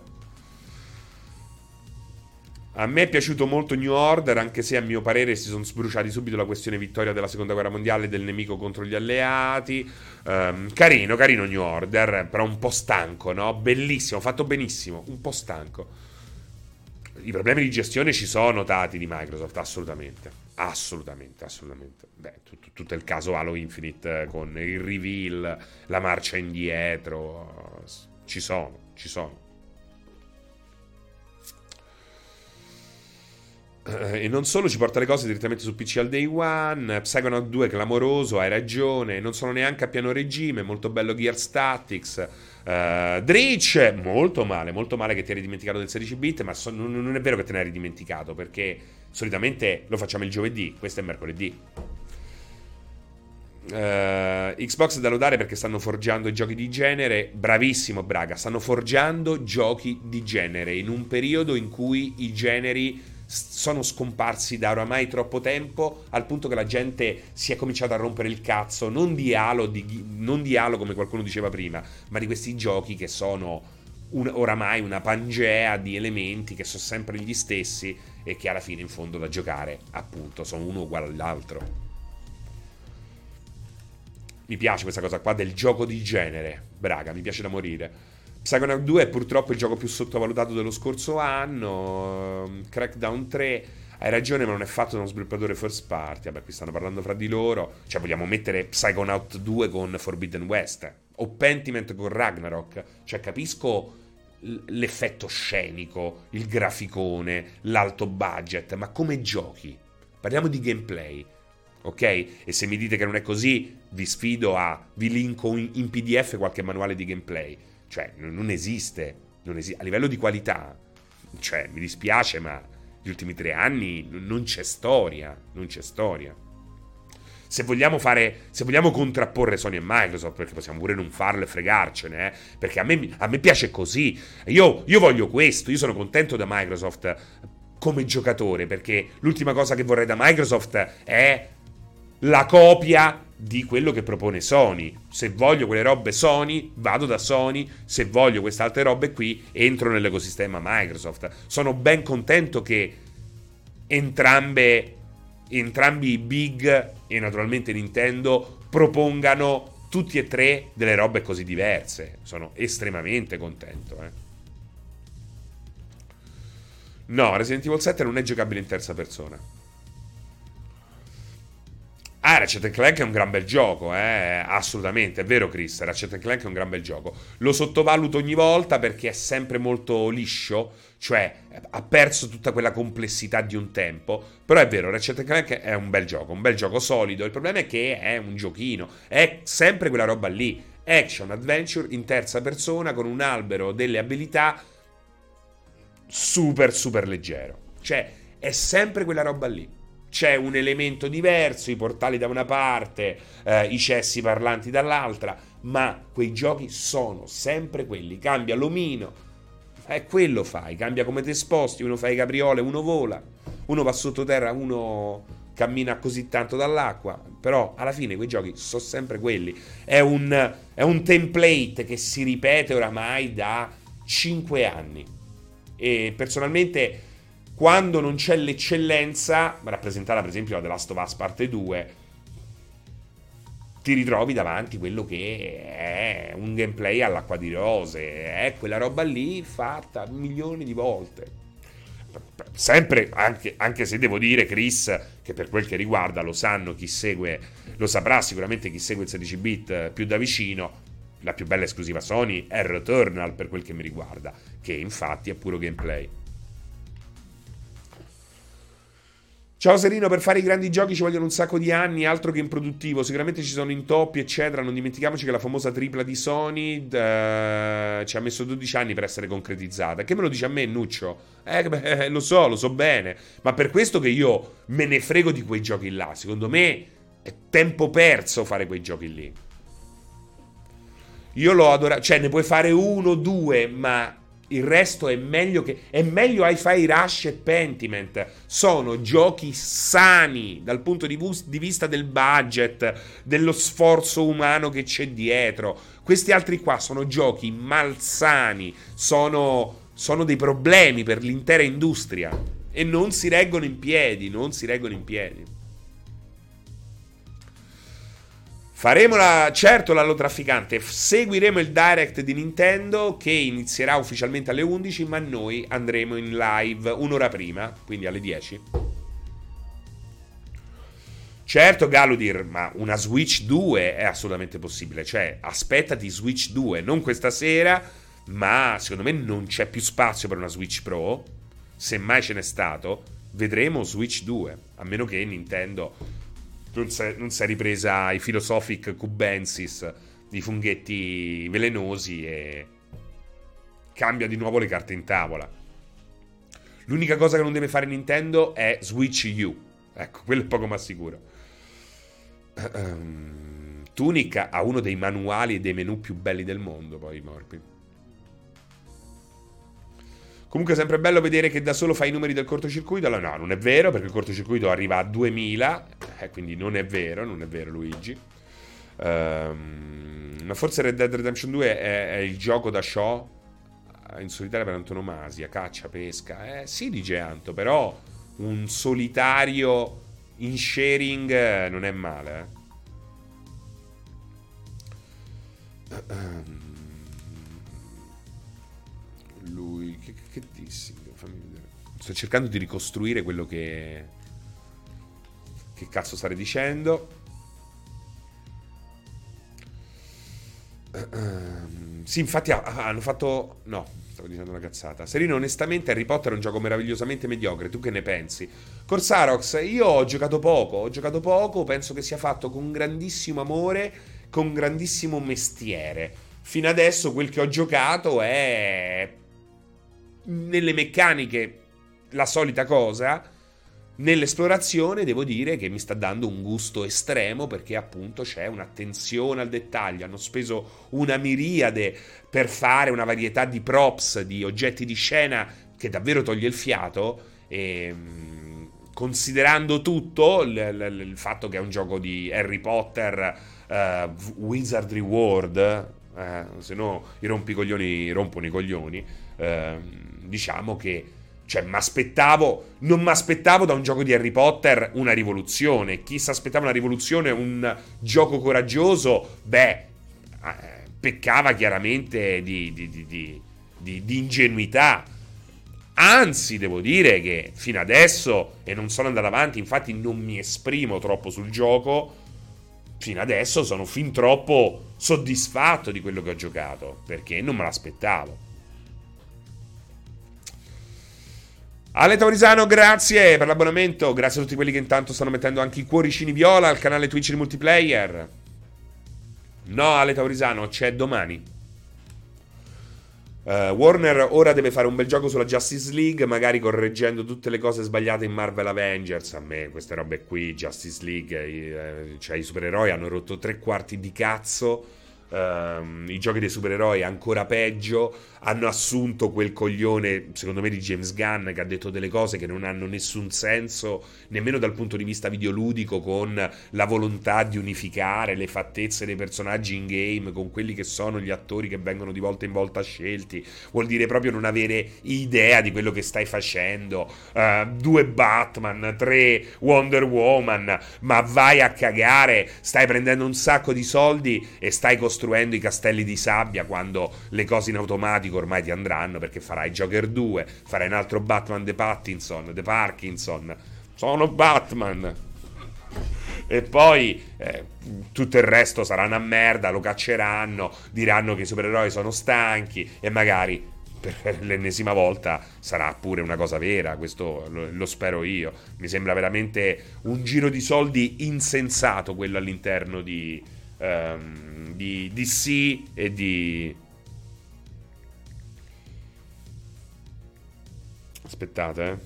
A me è piaciuto molto New Order, anche se a mio parere si sono sbruciati subito la questione vittoria della seconda guerra mondiale del nemico contro gli alleati. Um, carino, carino New Order, però un po' stanco, no? Bellissimo, fatto benissimo, un po' stanco. I problemi di gestione ci sono notati di Microsoft, assolutamente. Assolutamente, assolutamente. Beh, tutto, tutto il caso Halo Infinite con il reveal, la marcia indietro, ci sono, ci sono. E non solo, ci porta le cose direttamente su P C al day one. Psychonaut due clamoroso, hai ragione. Non sono neanche a piano regime. Molto bello Gears Tactics. uh, Dritch, molto male, molto male che ti eri dimenticato del sedici bit. Ma so, non, non è vero che te ne eri dimenticato, perché solitamente lo facciamo il giovedì. Questo è mercoledì. uh, Xbox è da lodare perché stanno forgiando i giochi di genere. Bravissimo Braga. Stanno forgiando giochi di genere in un periodo in cui i generi sono scomparsi da oramai troppo tempo, al punto che la gente si è cominciata a rompere il cazzo, non di Halo, di, non di Halo come qualcuno diceva prima, ma di questi giochi che sono un, oramai una pangea di elementi che sono sempre gli stessi e che alla fine in fondo da giocare appunto sono uno uguale all'altro. Mi piace questa cosa qua del gioco di genere, Braga, mi piace da morire. Psychonaut due è purtroppo il gioco più sottovalutato dello scorso anno. Crackdown tre, hai ragione, ma non è fatto da uno sviluppatore first party. Vabbè, qui stanno parlando fra di loro. Cioè, vogliamo mettere Psychonaut due con Forbidden West o Pentiment con Ragnarok. Cioè, capisco l'effetto scenico, il graficone, l'alto budget, ma come giochi? Parliamo di gameplay, ok? E se mi dite che non è così, vi sfido a... vi linko in, in P D F qualche manuale di gameplay. Cioè, non esiste, non esiste. A livello di qualità, cioè, mi dispiace, ma gli ultimi tre anni non c'è storia, non c'è storia. Se vogliamo fare, se vogliamo contrapporre Sony e Microsoft, perché possiamo pure non farlo e fregarcene, eh, perché a me, a me piace così. Io, io voglio questo, io sono contento da Microsoft come giocatore, perché l'ultima cosa che vorrei da Microsoft è la copia di quello che propone Sony. Se voglio quelle robe Sony, vado da Sony. Se voglio queste altre robe qui, entro nell'ecosistema Microsoft. Sono ben contento che entrambe entrambi i big e naturalmente Nintendo propongano tutti e tre delle robe così diverse. Sono estremamente contento, eh. No, Resident Evil sette non è giocabile in terza persona. Ah, Ratchet and Clank è un gran bel gioco, eh? Assolutamente, è vero Chris, Ratchet and Clank è un gran bel gioco. Lo sottovaluto ogni volta perché è sempre molto liscio, cioè ha perso tutta quella complessità di un tempo. Però è vero, Ratchet and Clank è un bel gioco, un bel gioco solido. Il problema è che è un giochino, è sempre quella roba lì. Action, adventure in terza persona con un albero delle abilità super super leggero. Cioè, è sempre quella roba lì. C'è un elemento diverso, i portali da una parte, eh, i cessi parlanti dall'altra, ma quei giochi sono sempre quelli. Cambia l'omino, è quello fai, cambia come ti sposti, uno fa i capriole, uno vola, uno va sottoterra, uno cammina così tanto dall'acqua, però alla fine quei giochi sono sempre quelli. È un, è un template che si ripete oramai da cinque anni e personalmente, quando non c'è l'eccellenza, rappresentata per esempio da The Last of Us parte due, ti ritrovi davanti quello che è un gameplay all'acqua di rose, è quella roba lì fatta milioni di volte. Sempre, anche, anche se devo dire, Chris, che per quel che riguarda, lo sanno chi segue, lo saprà sicuramente chi segue il sedici bit più da vicino, la più bella esclusiva Sony è Returnal per quel che mi riguarda, che infatti è puro gameplay. Ciao Serino, per fare i grandi giochi ci vogliono un sacco di anni, altro che improduttivo, sicuramente ci sono intoppi eccetera, non dimentichiamoci che la famosa tripla di Sony eh, ci ha messo dodici anni per essere concretizzata. Che me lo dice a me Nuccio? Eh, beh, lo so, lo so bene, ma per questo che io me ne frego di quei giochi là, secondo me è tempo perso fare quei giochi lì. Io l'ho adorato, cioè ne puoi fare uno, due, ma il resto è meglio che è meglio Hi-Fi Rush e Pentiment. Sono giochi sani dal punto di, vus- di vista del budget, dello sforzo umano che c'è dietro. Questi altri qua sono giochi malsani, sono, sono dei problemi per l'intera industria e non si reggono in piedi, non si reggono in piedi. Faremo la, certo l'allo trafficante, seguiremo il direct di Nintendo che inizierà ufficialmente alle undici, ma noi andremo in live un'ora prima, quindi alle dieci. Certo Galudir, ma una Switch due è assolutamente possibile, cioè aspettati Switch due, non questa sera, ma secondo me non c'è più spazio per una Switch Pro, se mai ce n'è stato, vedremo Switch due, a meno che Nintendo non si è ripresa i philosophic cubensis, i funghetti velenosi e cambia di nuovo le carte in tavola. L'unica cosa che non deve fare Nintendo è Switch U, ecco, quello è poco ma sicuro. um, Tunic ha uno dei manuali e dei menu più belli del mondo, poi Morpi. Comunque è sempre bello vedere che da solo fai i numeri del cortocircuito. Allora no, non è vero, perché il cortocircuito arriva a duemila, eh, quindi non è vero, non è vero Luigi. Um, ma forse Red Dead Redemption due è, è il gioco da show in solitaria per antonomasia, caccia, pesca. Eh sì, dice Anto, però un solitario in sharing eh, non è male, eh. Um, lui che, che dissi? Fammi vedere. Sto cercando di ricostruire quello che che cazzo stare dicendo. Uh, sì, infatti ah, hanno fatto no, stavo dicendo una cazzata. Serino, onestamente Harry Potter è un gioco meravigliosamente mediocre, tu che ne pensi? Corsarox, io ho giocato poco, ho giocato poco, penso che sia fatto con grandissimo amore, con grandissimo mestiere. Fino adesso quel che ho giocato è nelle meccaniche la solita cosa, nell'esplorazione devo dire che mi sta dando un gusto estremo perché appunto c'è un'attenzione al dettaglio, hanno speso una miriade per fare una varietà di props, di oggetti di scena che davvero toglie il fiato e considerando tutto il, il, il fatto che è un gioco di Harry Potter uh, Wizardry World, eh, se no i rompicoglioni rompono i coglioni, eh, diciamo che cioè m'aspettavo non mi aspettavo da un gioco di Harry Potter una rivoluzione. Chi si aspettava una rivoluzione, un gioco coraggioso, beh, eh, peccava chiaramente di, di, di, di, di, di ingenuità. Anzi, devo dire che fino adesso, e non sono andato avanti, infatti non mi esprimo troppo sul gioco, fino adesso sono fin troppo soddisfatto di quello che ho giocato, perché non me l'aspettavo. Ale Taurisano, grazie per l'abbonamento, grazie a tutti quelli che intanto stanno mettendo anche i cuoricini viola al canale Twitch di Multiplayer. No, Ale Taurisano, c'è domani. Uh, Warner ora deve fare un bel gioco sulla Justice League, magari correggendo tutte le cose sbagliate in Marvel Avengers. A me queste robe qui, Justice League, i, eh, cioè i supereroi hanno rotto tre quarti di cazzo. Uh, I giochi dei supereroi ancora peggio. Hanno assunto quel coglione, secondo me, di James Gunn, che ha detto delle cose che non hanno nessun senso nemmeno dal punto di vista videoludico, con la volontà di unificare le fattezze dei personaggi in game con quelli che sono gli attori che vengono di volta in volta scelti. Vuol dire proprio non avere idea di quello che stai facendo. Uh, due Batman, tre Wonder Woman, ma vai a cagare. Stai prendendo un sacco di soldi e stai costruendo i castelli di sabbia, quando le cose in automatico ormai ti andranno, perché farai Joker due, farai un altro Batman The Pattinson, The Parkinson. Sono Batman. E poi eh, tutto il resto sarà una merda, lo cacceranno, diranno che i supereroi sono stanchi e magari per l'ennesima volta sarà pure una cosa vera. Questo lo, lo spero io. Mi sembra veramente un giro di soldi insensato quello all'interno di, um, di D C e di... Aspettate, eh.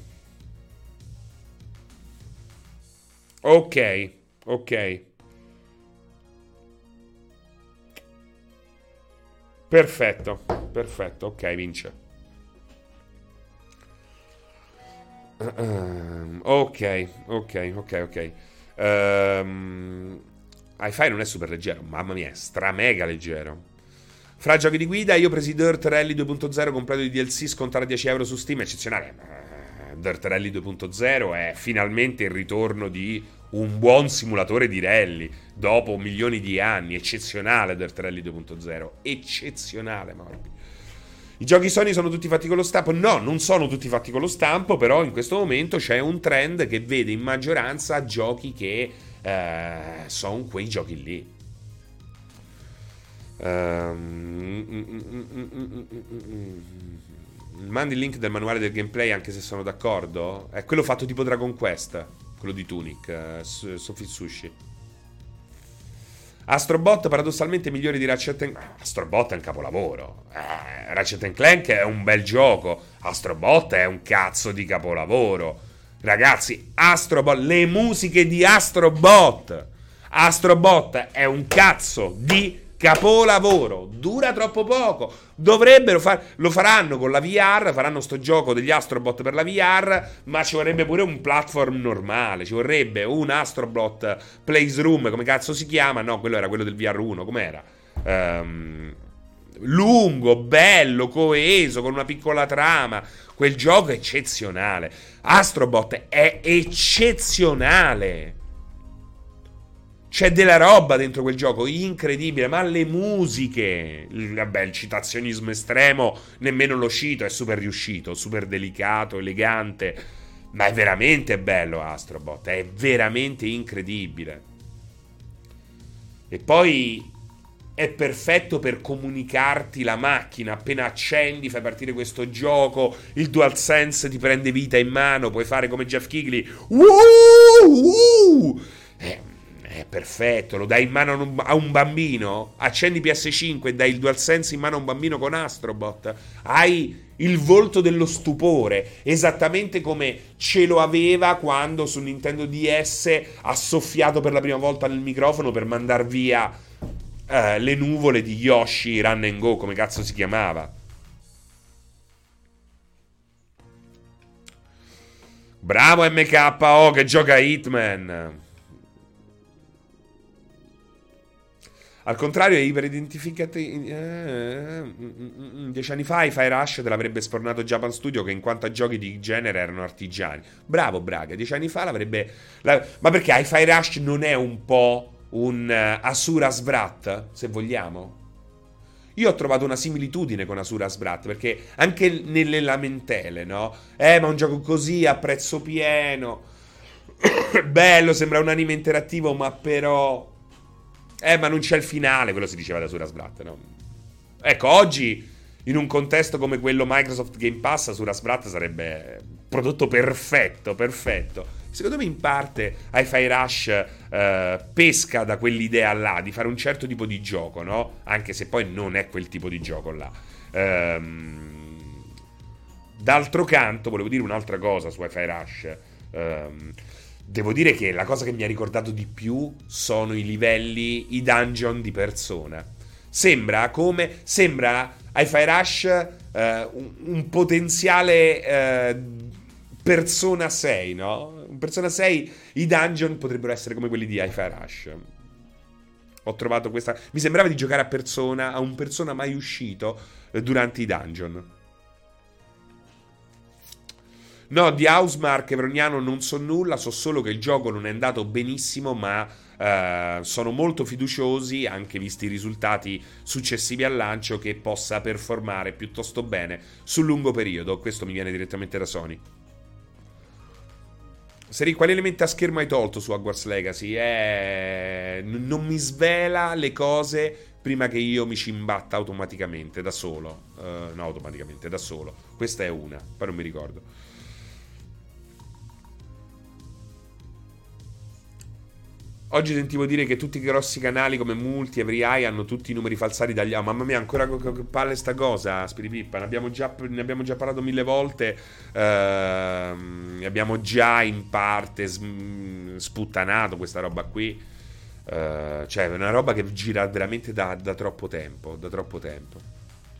Ok, ok. Perfetto, perfetto, ok, vince. Uh, ok, ok, ok, ok. Um, Hi-Fi non è super leggero, mamma mia, è stramega leggero. Fra giochi di guida, io ho preso Dirt Rally due punto zero completo di D L C, scontare a dieci euro su Steam, eccezionale. Dirt Rally due punto zero è finalmente il ritorno di un buon simulatore di rally dopo milioni di anni. Eccezionale Dirt Rally due punto zero, eccezionale, Morbi. I giochi Sony sono tutti fatti con lo stampo? No, non sono tutti fatti con lo stampo, però in questo momento c'è un trend che vede in maggioranza giochi che eh, sono quei giochi lì. Um, mandi il link del manuale del gameplay, anche se sono d'accordo. È quello fatto tipo Dragon Quest, quello di Tunic, uh, Sophie Sushi. Astrobot paradossalmente migliore di Ratchet and Clank. Astrobot è un capolavoro. eh, Ratchet and Clank è un bel gioco. Astrobot è un cazzo di capolavoro. Ragazzi, Astrobot, le musiche di Astrobot Astrobot è un cazzo di capolavoro. Dura troppo poco. Dovrebbero far, lo faranno con la V R, faranno sto gioco degli Astrobot per la V R, ma ci vorrebbe pure un platform normale, ci vorrebbe un Astrobot Playroom, come cazzo si chiama? No, quello era quello del V R uno, com'era? Um, lungo, bello, coeso, con una piccola trama. Quel gioco è eccezionale. Astrobot è eccezionale. C'è della roba dentro quel gioco, incredibile, ma le musiche, vabbè, il citazionismo estremo nemmeno lo cito, è super riuscito, super delicato, elegante, ma è veramente bello Astrobot, è veramente incredibile. E poi è perfetto per comunicarti la macchina, appena accendi, fai partire questo gioco, il DualSense ti prende vita in mano, puoi fare come Jeff Kigley, uh, uh, eh, è perfetto, lo dai in mano a un, a un bambino, accendi P S cinque e dai il DualSense in mano a un bambino con Astrobot, hai il volto dello stupore, esattamente come ce lo aveva quando su Nintendo D S ha soffiato per la prima volta nel microfono per mandar via uh, le nuvole di Yoshi Run and Go, come cazzo si chiamava. Bravo M K O che gioca Hitman. Al contrario, è iperidentificati. Eh, dieci anni fa i Fire Rush te l'avrebbe spornato Japan Studio, che in quanto a giochi di genere erano artigiani. Bravo Braga, dieci anni fa l'avrebbe. La, ma perché i Fire Rush non è un po' un uh, Asura Svrat, se vogliamo? Io ho trovato una similitudine con Asuras Wrath, perché anche nelle lamentele, no? Eh, ma un gioco così a prezzo pieno, bello, sembra un anime interattivo, ma però... Eh, ma non c'è il finale, quello si diceva da Asuras Wrath, no? Ecco, oggi, in un contesto come quello Microsoft Game Pass, Asuras Wrath sarebbe prodotto perfetto, perfetto. Secondo me in parte Hi-Fi Rush eh, pesca da quell'idea là di fare un certo tipo di gioco, no? Anche se poi non è quel tipo di gioco là. Ehm, d'altro canto, volevo dire un'altra cosa su Hi-Fi Rush. Ehm, devo dire che la cosa che mi ha ricordato di più sono i livelli, i dungeon di Persona. Sembra come... Sembra Hi-Fi Rush eh, un, un potenziale... Eh, Persona sei, no? In Persona sei i dungeon potrebbero essere come quelli di Hi-Fi Rush. Ho trovato questa... Mi sembrava di giocare a Persona, a un Persona mai uscito eh, durante i dungeon. No, di Housemarque e Vrognano non so nulla, so solo che il gioco non è andato benissimo, ma eh, sono molto fiduciosi, anche visti i risultati successivi al lancio, che possa performare piuttosto bene sul lungo periodo. Questo mi viene direttamente da Sony. Seri, quali elementi a schermo hai tolto su Hogwarts Legacy? Eh, n- non mi svela le cose prima che io mi ci imbatta automaticamente, da solo. Uh, no, automaticamente, da solo. Questa è una, poi non mi ricordo. Oggi sentivo dire che tutti i grossi canali come Multi, Every Eye hanno tutti i numeri falsati dagli... Oh, mamma mia, ancora che palle sta cosa, Spiripippa. Ne abbiamo già, ne abbiamo già parlato mille volte. Ehm, abbiamo già in parte sputtanato questa roba qui. Ehm, cioè, è una roba che gira veramente da, da troppo tempo. Da troppo tempo.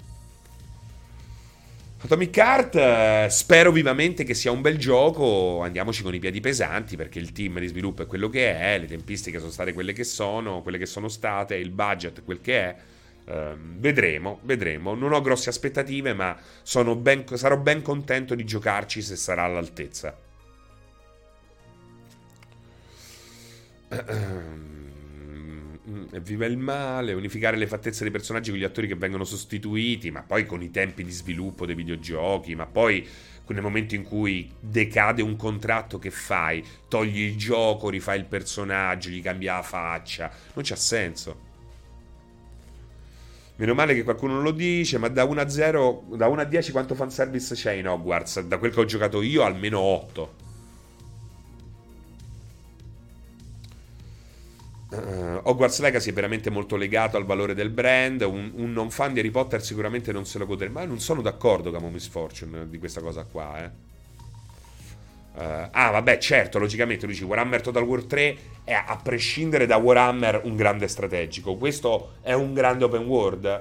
Atomic Heart, eh, spero vivamente che sia un bel gioco. Andiamoci con i piedi pesanti, perché il team di sviluppo è quello che è, le tempistiche sono state quelle che sono, quelle che sono state, il budget è quel che è. Eh, vedremo, vedremo. Non ho grosse aspettative, ma sono ben, sarò ben contento di giocarci se sarà all'altezza. Viva il male, unificare le fattezze dei personaggi con gli attori che vengono sostituiti, ma poi con i tempi di sviluppo dei videogiochi, ma poi nel momento in cui decade un contratto, che fai? Togli il gioco, rifai il personaggio, gli cambia la faccia, non c'ha senso. Meno male che qualcuno non lo dice, ma da uno a zero, da uno a dieci quanto fanservice c'è in Hogwarts? Da quel che ho giocato io almeno otto. Uh, Hogwarts Legacy è veramente molto legato al valore del brand. Un, un non fan di Harry Potter sicuramente non se lo godrebbe. Ma non sono d'accordo con Misfortune di questa cosa qua, eh. Uh, ah, vabbè, certo, logicamente lui dice Warhammer Total War tre è, a prescindere da Warhammer, un grande strategico. Questo è un grande open world.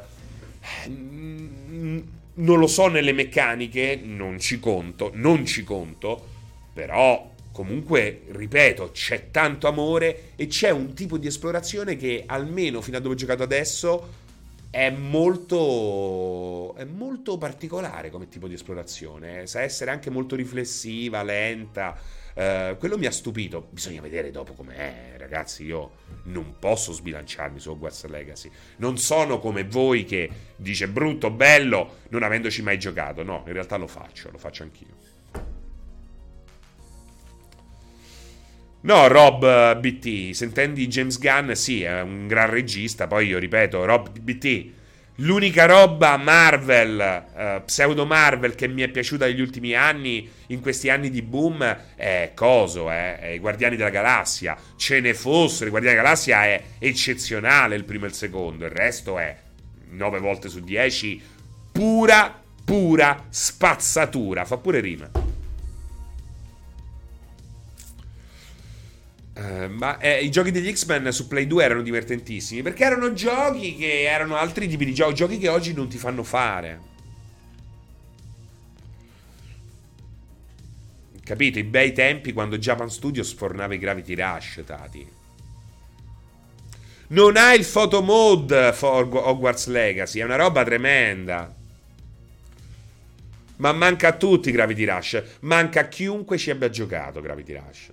Non lo so nelle meccaniche, non ci conto, non ci conto, però comunque, ripeto, c'è tanto amore e c'è un tipo di esplorazione che, almeno fino a dove ho giocato adesso, è molto è molto particolare come tipo di esplorazione. Sa essere anche molto riflessiva, lenta. Uh, quello mi ha stupito. Bisogna vedere dopo com'è, ragazzi. Io non posso sbilanciarmi su Hogwarts Legacy. Non sono come voi che dice brutto, bello, non avendoci mai giocato. No, in realtà lo faccio, lo faccio anch'io. No, Rob B T, se intendi James Gunn, sì, è un gran regista. Poi io ripeto, Rob B T, l'unica roba Marvel, eh, pseudo Marvel, che mi è piaciuta negli ultimi anni, in questi anni di boom, è coso, eh, è i Guardiani della Galassia. Ce ne fossero, i Guardiani della Galassia è eccezionale il primo e il secondo, il resto è nove volte su dieci pura, pura spazzatura. Fa pure rima. Uh, ma eh, i giochi degli X-Men su Play due erano divertentissimi, perché erano giochi che erano altri tipi di giochi, giochi che oggi non ti fanno fare. Capito? I bei tempi quando Japan Studios sfornava i Gravity Rush, Tati. Non ha il photo mode for Hogwarts Legacy, è una roba tremenda. Ma manca a tutti Gravity Rush, manca a chiunque ci abbia giocato Gravity Rush.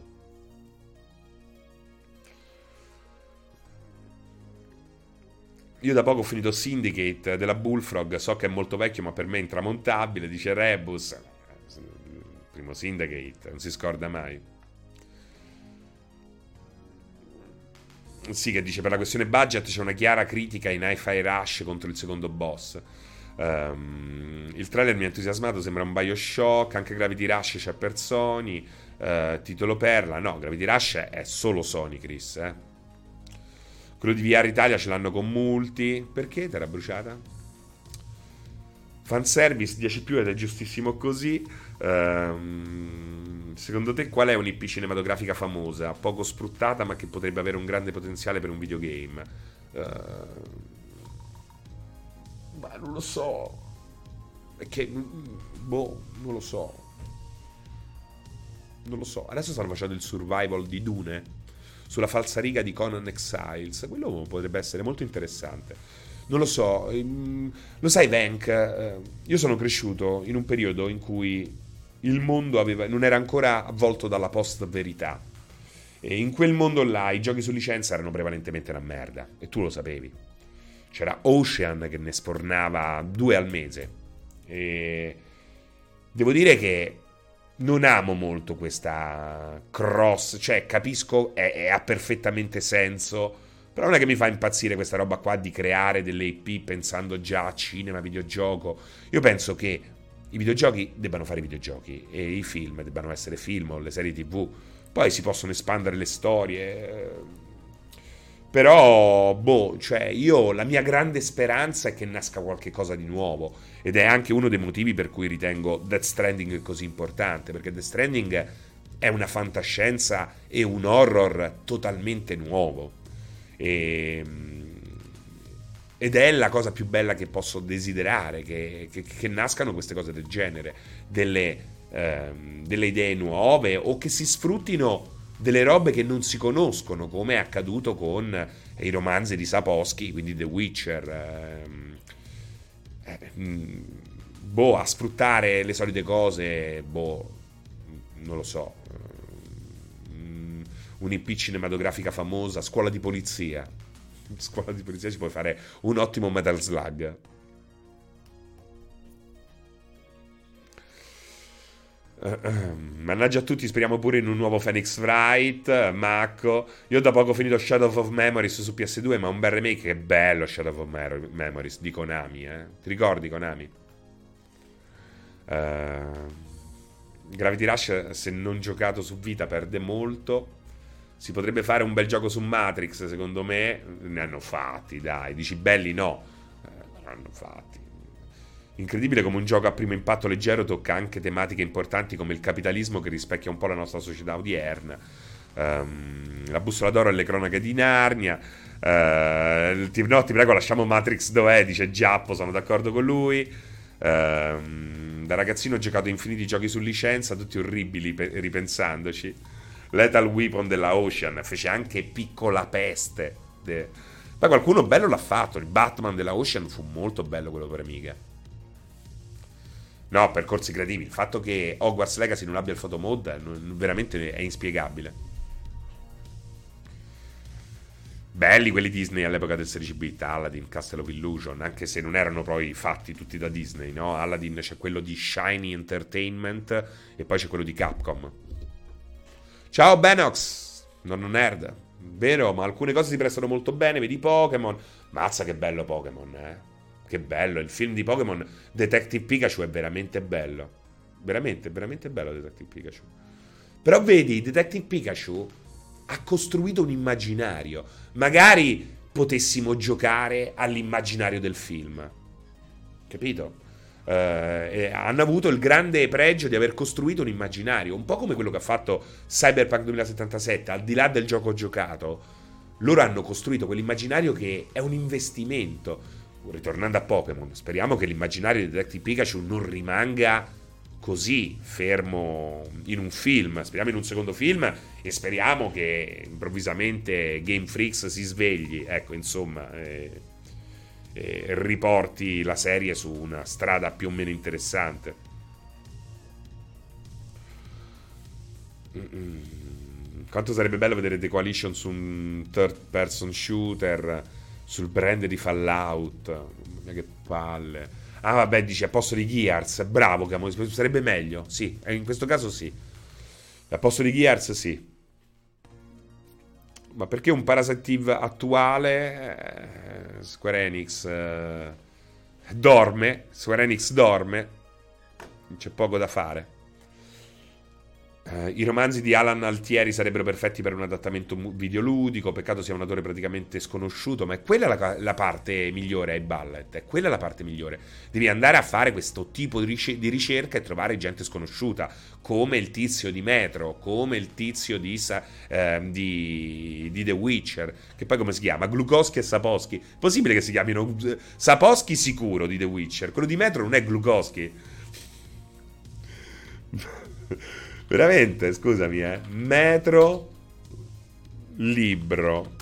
Io da poco ho finito Syndicate della Bullfrog, so che è molto vecchio ma per me è intramontabile, dice Rebus. Il primo Syndicate, non si scorda mai. Sì, che dice per la questione budget c'è una chiara critica in Hi-Fi Rush contro il secondo boss. Um, il trailer mi ha entusiasmato, sembra un Bioshock, anche Gravity Rush c'è per Sony, uh, titolo perla. No, Gravity Rush è solo Sony, Chris, eh. Quello di V R Italia ce l'hanno con multi. Perché t'era bruciata? Fanservice dieci più ed è giustissimo così. Ehm, secondo te qual è un'I P cinematografica famosa, poco sfruttata ma che potrebbe avere un grande potenziale per un videogame? Ehm, ma non lo so. Perché boh, non lo so. Non lo so. Adesso stanno facendo il survival di Dune sulla falsariga di Conan Exiles. Quello potrebbe essere molto interessante. Non lo so. ehm, Lo sai, Vank, eh, io sono cresciuto in un periodo in cui il mondo aveva, non era ancora avvolto dalla post-verità. E in quel mondo là i giochi su licenza erano prevalentemente una merda. E tu lo sapevi. C'era Ocean che ne spornava due al mese. E devo dire che non amo molto questa cross, cioè capisco e, e ha perfettamente senso, però non è che mi fa impazzire questa roba qua di creare delle I P pensando già a cinema, videogioco. Io penso che i videogiochi debbano fare i videogiochi e i film debbano essere film o le serie tivù, poi si possono espandere le storie. Però, boh, cioè io la mia grande speranza è che nasca qualche cosa di nuovo ed è anche uno dei motivi per cui ritengo Death Stranding così importante, perché Death Stranding è una fantascienza e un horror totalmente nuovo e, ed è la cosa più bella che posso desiderare, che, che, che nascano queste cose del genere, delle, ehm, delle idee nuove o che si sfruttino delle robe che non si conoscono, come è accaduto con i romanzi di Sapkowski, quindi The Witcher. Ehm, eh, mh, boh, a sfruttare le solite cose, boh, non lo so. Mm, Un'I P cinematografica famosa, Scuola di Polizia. Scuola di Polizia ci puoi fare un ottimo Metal Slug. Mannaggia a tutti, speriamo pure in un nuovo Phoenix Wright. Macco, io da poco ho finito Shadow of Memories su P S due, ma un bel remake. Che bello Shadow of Memories di Konami, eh? Ti ricordi Konami? Uh, Gravity Rush, se non giocato su Vita, perde molto. Si potrebbe fare un bel gioco su Matrix, secondo me. Ne hanno fatti, dai. Dici belli, no. Eh, ne hanno fatti. Incredibile come un gioco a primo impatto leggero tocca anche tematiche importanti come il capitalismo, che rispecchia un po' la nostra società odierna. Um, la bussola d'oro e le cronache di Narnia. Uh, ti, no, ti prego, lasciamo Matrix dov'è, dice Giappo, sono d'accordo con lui. Um, da ragazzino ho giocato infiniti giochi su licenza, tutti orribili pe- ripensandoci. Lethal Weapon della Ocean fece anche Piccola Peste. De... Poi qualcuno bello l'ha fatto. Il Batman della Ocean fu molto bello, quello per Amiga. No, percorsi creativi. Il fatto che Hogwarts Legacy non abbia il photo mode non, veramente è inspiegabile. Belli quelli Disney all'epoca del sedici bit, Aladdin, Castle of Illusion, anche se non erano poi fatti tutti da Disney, no? Aladdin c'è quello di Shiny Entertainment e poi c'è quello di Capcom. Ciao Benox, nonno nerd. Vero, ma alcune cose si prestano molto bene, vedi Pokémon. Mazza che bello Pokémon, eh. Che bello, il film di Pokémon Detective Pikachu è veramente bello. Veramente, veramente bello Detective Pikachu. Però vedi, Detective Pikachu ha costruito un immaginario. Magari potessimo giocare all'immaginario del film. Capito? Eh, hanno avuto il grande pregio di aver costruito un immaginario, un po' come quello che ha fatto Cyberpunk duemilasettantasette. Al di là del gioco giocato, loro hanno costruito quell'immaginario che è un investimento. Ritornando a Pokémon, speriamo che l'immaginario di Detective Pikachu non rimanga così fermo in un film. Speriamo in un secondo film e speriamo che improvvisamente Game Freaks si svegli, ecco, insomma, e, e riporti la serie su una strada più o meno interessante. Mm-mm. Quanto sarebbe bello vedere The Coalition su un third person shooter. sul brand di Fallout. Mamma mia, che palle. Ah, vabbè, dice a posto di Gears. Bravo, Camo, sarebbe meglio. Sì, in questo caso sì. A posto di Gears, sì. Ma perché un Parasitive attuale, eh, Square Enix eh, dorme, Square Enix dorme, c'è poco da fare. Uh, I romanzi di Alan Altieri sarebbero perfetti per un adattamento videoludico. Peccato sia un autore praticamente sconosciuto. Ma è quella la, la parte migliore ai Ballet. È quella la parte migliore. Devi andare a fare questo tipo di, ric- di ricerca e trovare gente sconosciuta, come il tizio di Metro, come il tizio di, uh, di, di The Witcher. Che poi come si chiama? Glukowski e Sapowski. Possibile che si chiamino Sapowski sicuro di The Witcher. Quello di Metro non è Glukowski. Veramente, scusami, eh. Metro libro.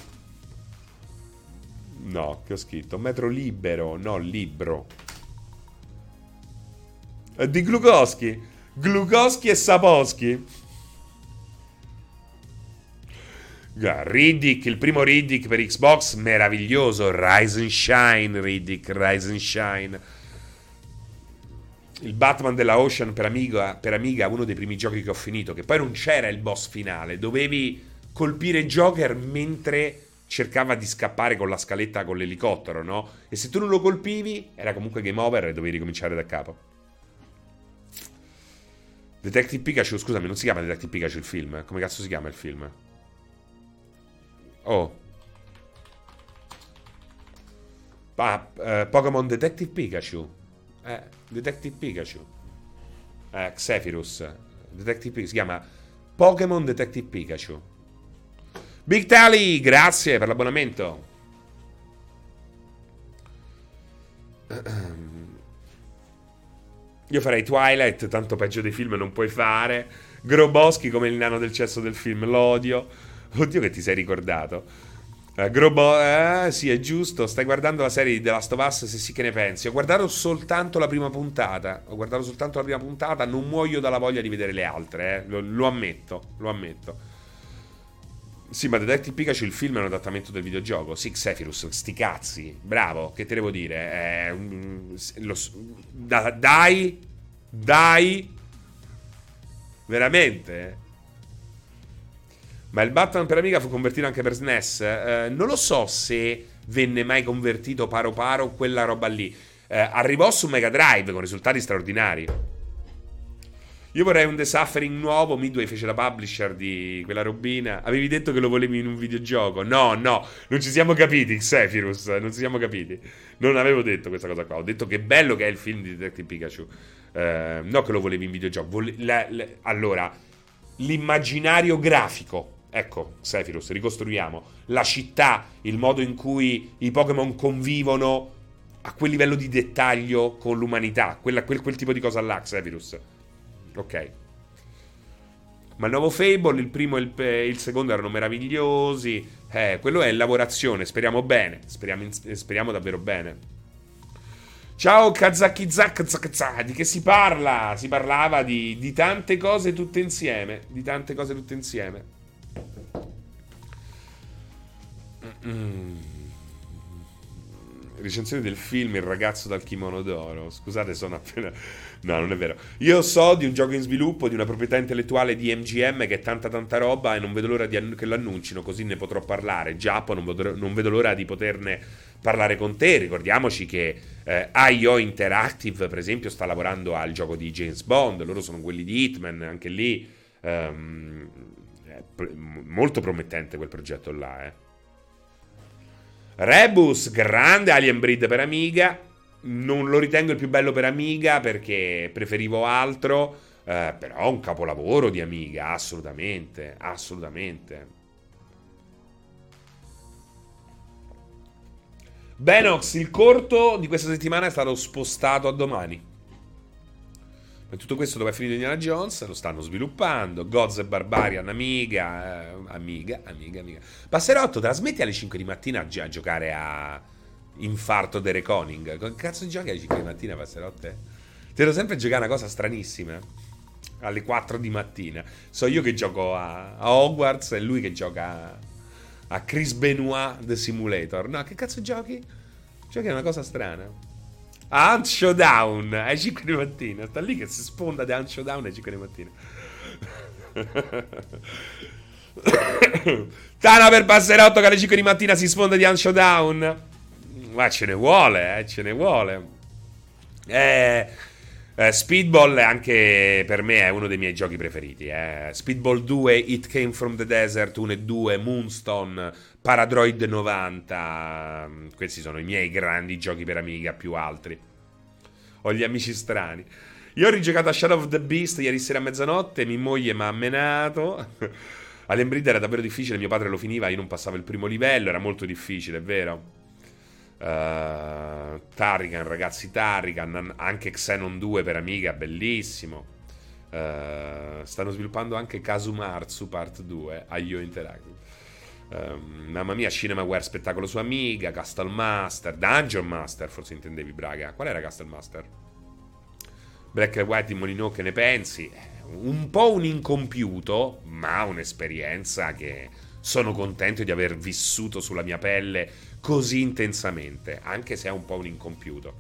No, che ho scritto? Metro libero, no, libro. È di Glukowski. Glukowski e Sapowski. Riddick, il primo Riddick per Xbox, meraviglioso. Rise and Shine, Riddick, Rise and Shine. Il Batman della Ocean per Amiga, per Amiga, uno dei primi giochi che ho finito, che poi non c'era il boss finale, dovevi colpire Joker mentre cercava di scappare con la scaletta con l'elicottero, no? E se tu non lo colpivi, era comunque game over e dovevi ricominciare da capo. Detective Pikachu, scusami, non si chiama Detective Pikachu il film? Come cazzo si chiama il film? Oh. Ah, eh, Pokémon Detective Pikachu. Eh, Detective Pikachu. Eh, Xephirus. Detective Pikachu. Si chiama Pokémon Detective Pikachu. Big Tally, grazie per l'abbonamento. Io farei Twilight, tanto peggio dei film non puoi fare. Groboschi come il nano del cesso del film, l'odio. Oddio che ti sei ricordato. Uh, Grobo, eh, sì, è giusto. Stai guardando la serie di The Last of Us? Se sì, che ne pensi? Ho guardato soltanto la prima puntata. Ho guardato soltanto la prima puntata. Non muoio dalla voglia di vedere le altre, eh. lo, lo ammetto, lo ammetto. Sì, ma Detective Pikachu il film è un adattamento del videogioco. Sì, Xephirus, sti cazzi. Bravo, che te devo dire? Eh, lo, da, dai, dai. Veramente? Ma il Batman per Amiga fu convertito anche per S N E S? Eh, non lo so se venne mai convertito paro paro quella roba lì. Eh, arrivò su Mega Drive con risultati straordinari. Io vorrei un The Suffering nuovo. Midway fece la publisher di quella robina. Avevi detto che lo volevi in un videogioco. No, no, non ci siamo capiti, Xephirus. Non ci siamo capiti. Non avevo detto questa cosa qua. Ho detto che bello che è il film di Detective Pikachu. Eh, no che lo volevi in videogioco. Vole- la, la, allora, l'immaginario grafico. Ecco, Xephirus, ricostruiamo la città, il modo in cui i Pokémon convivono a quel livello di dettaglio con l'umanità, quella, quel, quel tipo di cosa là, Xephirus. Ok. Ma il nuovo Fable, il primo e il, il secondo erano meravigliosi. Eh, quello è lavorazione, speriamo bene, speriamo, speriamo davvero bene. Ciao Kazaki Zak, zak, zak. Di che si parla? Si parlava di, di tante cose tutte insieme, di tante cose tutte insieme. Mm. Recensione del film Il ragazzo dal kimono d'oro. Scusate, sono appena... No, non è vero. Io so di un gioco in sviluppo, di una proprietà intellettuale di M G M che è tanta tanta roba e non vedo l'ora di annu- che lo annuncino, così ne potrò parlare. Giappo, non vedo, non vedo l'ora di poterne parlare con te. Ricordiamoci che eh, I O Interactive, per esempio, sta lavorando al gioco di James Bond. Loro sono quelli di Hitman, anche lì ehm, è pr- molto promettente quel progetto là, eh. Rebus, grande Alien Breed per Amiga. Non lo ritengo il più bello per Amiga perché preferivo altro, eh, però un capolavoro di Amiga, assolutamente, assolutamente. Benox, il corto di questa settimana è stato spostato a domani. Ma tutto questo dove è finito Indiana Jones? Lo stanno sviluppando. Gods e Barbarian, Amiga, eh, Amiga, Amiga, Amiga. Passerotto, trasmetti alle cinque di mattina a, gi- a giocare a Infarto The Reconing. Che cazzo giochi alle cinque di mattina, Passerotto? Ti devo sempre giocare una cosa stranissima. Alle quattro di mattina. So io che gioco a, a Hogwarts e lui che gioca a Chris Benoit The Simulator. No, che cazzo giochi? Giochi è una cosa strana. A Hunt Showdown alle cinque di mattina. Sta lì che si sponda di Hunt Showdown alle cinque di mattina. Tana per Passerotto che alle cinque di mattina si sponda di Hunt Showdown. Ma ce ne vuole, eh, ce ne vuole. Eh, eh, Speedball anche per me è uno dei miei giochi preferiti. Eh. Speedball due, It Came From The Desert uno e due, Moonstone, Paradroid novanta. Questi sono i miei grandi giochi per Amiga, più altri. Ho gli amici strani. Io ho rigiocato a Shadow of the Beast ieri sera a mezzanotte, mia moglie mi ha menato. All'Embrida era davvero difficile, mio padre lo finiva, io non passavo il primo livello, era molto difficile, è vero. Uh, Tarrigan, ragazzi, Tarrigan, anche Xenon due per Amiga, bellissimo. Uh, stanno sviluppando anche Kasumarzu Part due a Io Interactive. Uh, mamma mia, Cinemaware spettacolo su Amiga, Castle Master, Dungeon Master, forse intendevi, Braga. Qual era Castle Master? Black and White di Molinò, che ne pensi? Un po' un incompiuto, ma un'esperienza che sono contento di aver vissuto sulla mia pelle così intensamente, anche se è un po' un incompiuto.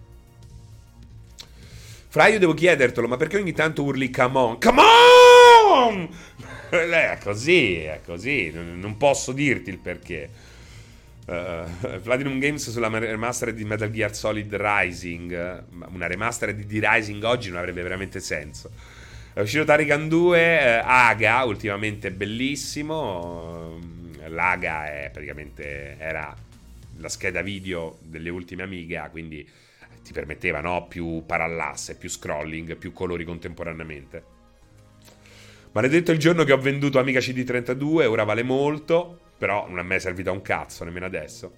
Fra, io devo chiedertelo, ma perché ogni tanto urli come on? Come on! È così, è così, non posso dirti il perché. Uh, Platinum Games sulla remaster di Metal Gear Solid Rising. Una remaster di Rising oggi non avrebbe veramente senso. È uscito Tarican due, eh, Aga, ultimamente bellissimo. L'Aga è praticamente era la scheda video delle ultime Amiga, quindi ti permetteva, no, più parallasse, più scrolling, più colori contemporaneamente. Maledetto il giorno che ho venduto Amiga C D trentadue, ora vale molto, però non a me è servito a un cazzo, nemmeno adesso.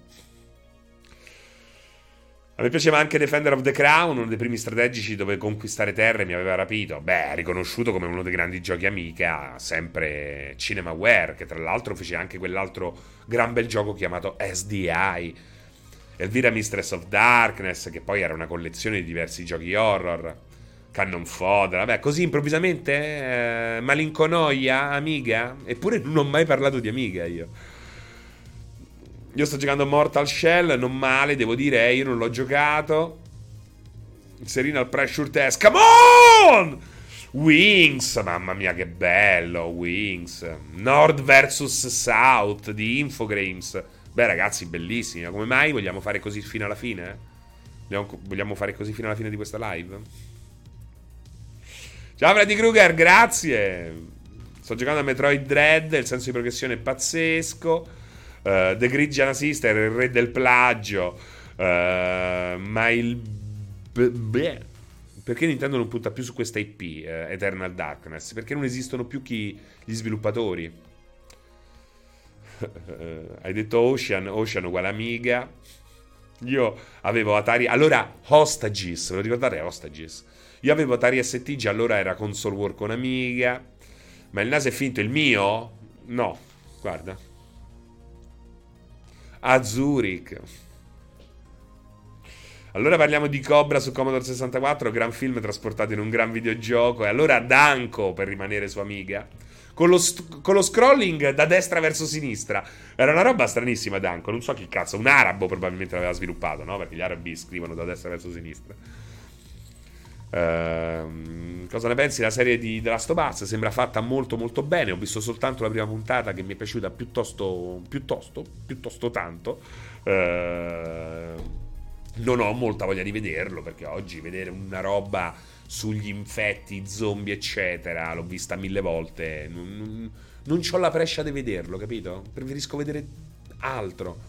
A me piaceva anche Defender of the Crown, uno dei primi strategici dove conquistare terre mi aveva rapito. Beh, riconosciuto come uno dei grandi giochi Amiga, sempre Cinemaware, che tra l'altro fece anche quell'altro gran bel gioco chiamato S D I. Elvira Mistress of Darkness, che poi era una collezione di diversi giochi horror. Cannon Fodder, vabbè, così improvvisamente, eh, malinconoia, Amiga? Eppure non ho mai parlato di Amiga io. Io sto giocando Mortal Shell, non male, devo dire, eh, io non l'ho giocato. Serena Pressure Test, come on! Wings, mamma mia che bello, Wings. Nord versus South di Infogrames. Beh ragazzi, bellissimi, come mai vogliamo fare così fino alla fine? Vogliamo, vogliamo fare così fino alla fine di questa live? Ciao Freddy Krueger, grazie. Sto giocando a Metroid Dread, il senso di progressione è pazzesco. Uh, The Grigiana Sister, il re del plagio. Uh, ma il... Beh, perché Nintendo non punta più su questa I P, uh, Eternal Darkness? Perché non esistono più chi... gli sviluppatori. uh, Hai detto Ocean, Ocean uguale Amiga. Io avevo Atari... Allora, Hostages, ve lo ricordate Hostages? Io avevo Atari S T, già allora era console war con Amiga. Ma il naso è finto, il mio? No, guarda. A Zurich. Allora parliamo di Cobra su Commodore sessantaquattro, gran film trasportato in un gran videogioco. E allora Danko, per rimanere su Amiga, con lo, st- con lo scrolling da destra verso sinistra. Era una roba stranissima Danko, non so chi cazzo, un arabo probabilmente l'aveva sviluppato, no? Perché gli arabi scrivono da destra verso sinistra. Uh, cosa ne pensi? La serie di The Last of Us sembra fatta molto molto bene. Ho visto soltanto la prima puntata che mi è piaciuta piuttosto piuttosto piuttosto tanto. Uh, non ho molta voglia di vederlo perché oggi vedere una roba sugli infetti, zombie eccetera l'ho vista mille volte. Non, non, non c'ho la prescia di vederlo, capito? Preferisco vedere altro.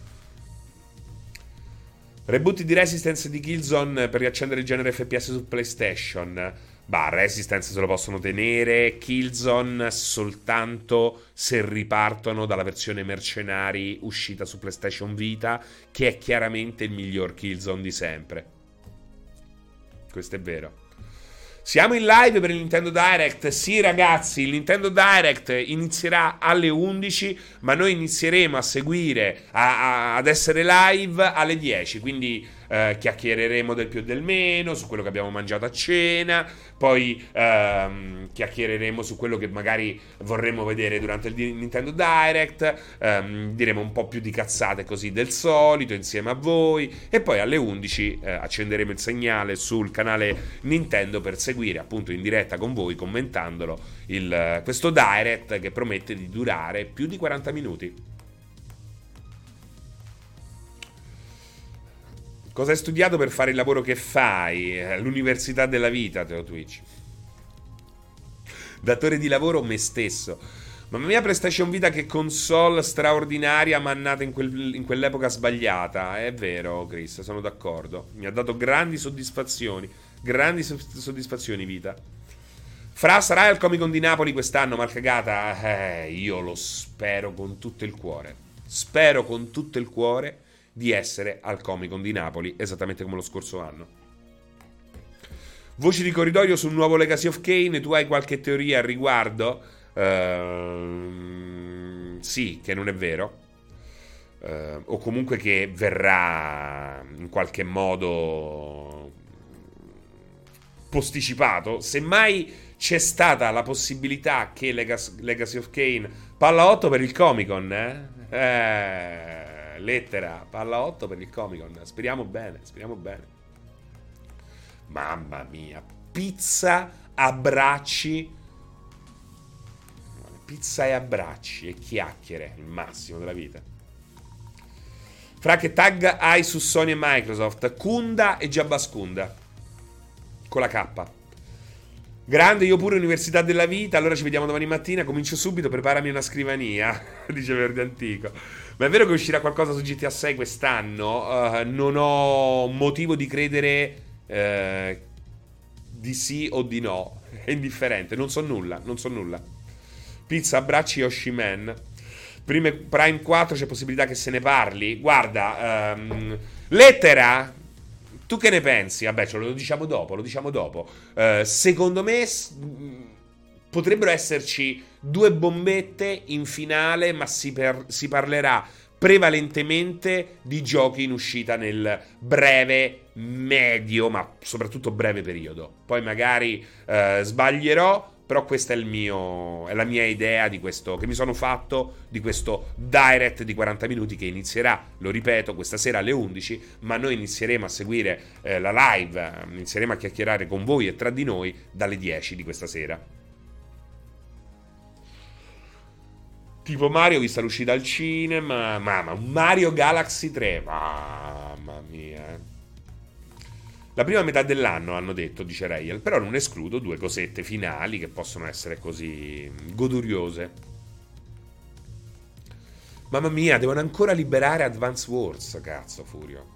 Reboot di Resistance di Killzone per riaccendere il genere F P S su PlayStation. Bah, Resistance se lo possono tenere. Killzone soltanto se ripartono dalla versione Mercenari uscita su PlayStation Vita, che è chiaramente il miglior Killzone di sempre. Questo è vero. Siamo in live per il Nintendo Direct. Sì ragazzi, il Nintendo Direct inizierà alle undici, ma noi inizieremo a seguire, a, a, ad essere live alle dieci. Quindi eh, chiacchiereremo del più e del meno, su quello che abbiamo mangiato a cena, poi ehm, chiacchiereremo su quello che magari vorremmo vedere durante il Nintendo Direct, ehm, diremo un po' più di cazzate così del solito insieme a voi, e poi alle undici eh, accenderemo il segnale sul canale Nintendo per seguire appunto in diretta con voi, commentandolo, il, questo Direct che promette di durare più di quaranta minuti. Cosa hai studiato per fare il lavoro che fai? L'università della vita, Teo Twitch. Datore di lavoro, me stesso. Mamma mia, PlayStation Vita, che console straordinaria, ma nata in, quel, in quell'epoca sbagliata. È vero, Chris, sono d'accordo. Mi ha dato grandi soddisfazioni. Grandi soddisfazioni, Vita. Fra, sarai al Comic Con di Napoli quest'anno, Marcagata? Eh, io lo spero con tutto il cuore. Spero con tutto il cuore di essere al Comic Con di Napoli, esattamente come lo scorso anno. Voci di corridoio sul nuovo Legacy of Kain, tu hai qualche teoria al riguardo? Uh, sì, che non è vero. Uh, o comunque che verrà in qualche modo posticipato. Semmai c'è stata la possibilità che Legacy, Legacy of Kain palla otto per il Comic Con, eh? Eh... Lettera, palla otto per il Comic Con. Speriamo bene, speriamo bene. Mamma mia, pizza, abbracci. Pizza e abbracci e chiacchiere, il massimo della vita. Fra, che tag hai su Sony e Microsoft? Kunda e Giabbascunda, con la K. Grande, io pure Università della Vita. Allora ci vediamo domani mattina. Comincio subito, preparami una scrivania, dice Verde Antico. Ma è vero che uscirà qualcosa su G T A sei quest'anno? Uh, non ho motivo di credere uh, di sì o di no. È indifferente, non so nulla, non so nulla. Pizza, abbracci, Yoshiman. Prime, Prime quattro, c'è possibilità che se ne parli? Guarda, um, Lettera, tu che ne pensi? Vabbè, ce lo diciamo dopo, lo diciamo dopo. Uh, secondo me s- potrebbero esserci due bombette in finale, ma si, per- si parlerà prevalentemente di giochi in uscita nel breve, medio, ma soprattutto breve periodo. Poi magari uh, sbaglierò, però questa è il mio, è la mia idea di questo, che mi sono fatto di questo Direct di quaranta minuti che inizierà, lo ripeto, questa sera alle undici, ma noi inizieremo a seguire eh, la live, inizieremo a chiacchierare con voi e tra di noi dalle dieci di questa sera. Tipo Mario, vista l'uscita al cinema, mamma, un Mario Galaxy tre, mamma mia. La prima metà dell'anno hanno detto, dice Rayel, però non escludo due cosette finali che possono essere così goduriose. Mamma mia, devono ancora liberare Advance Wars, cazzo, Furio.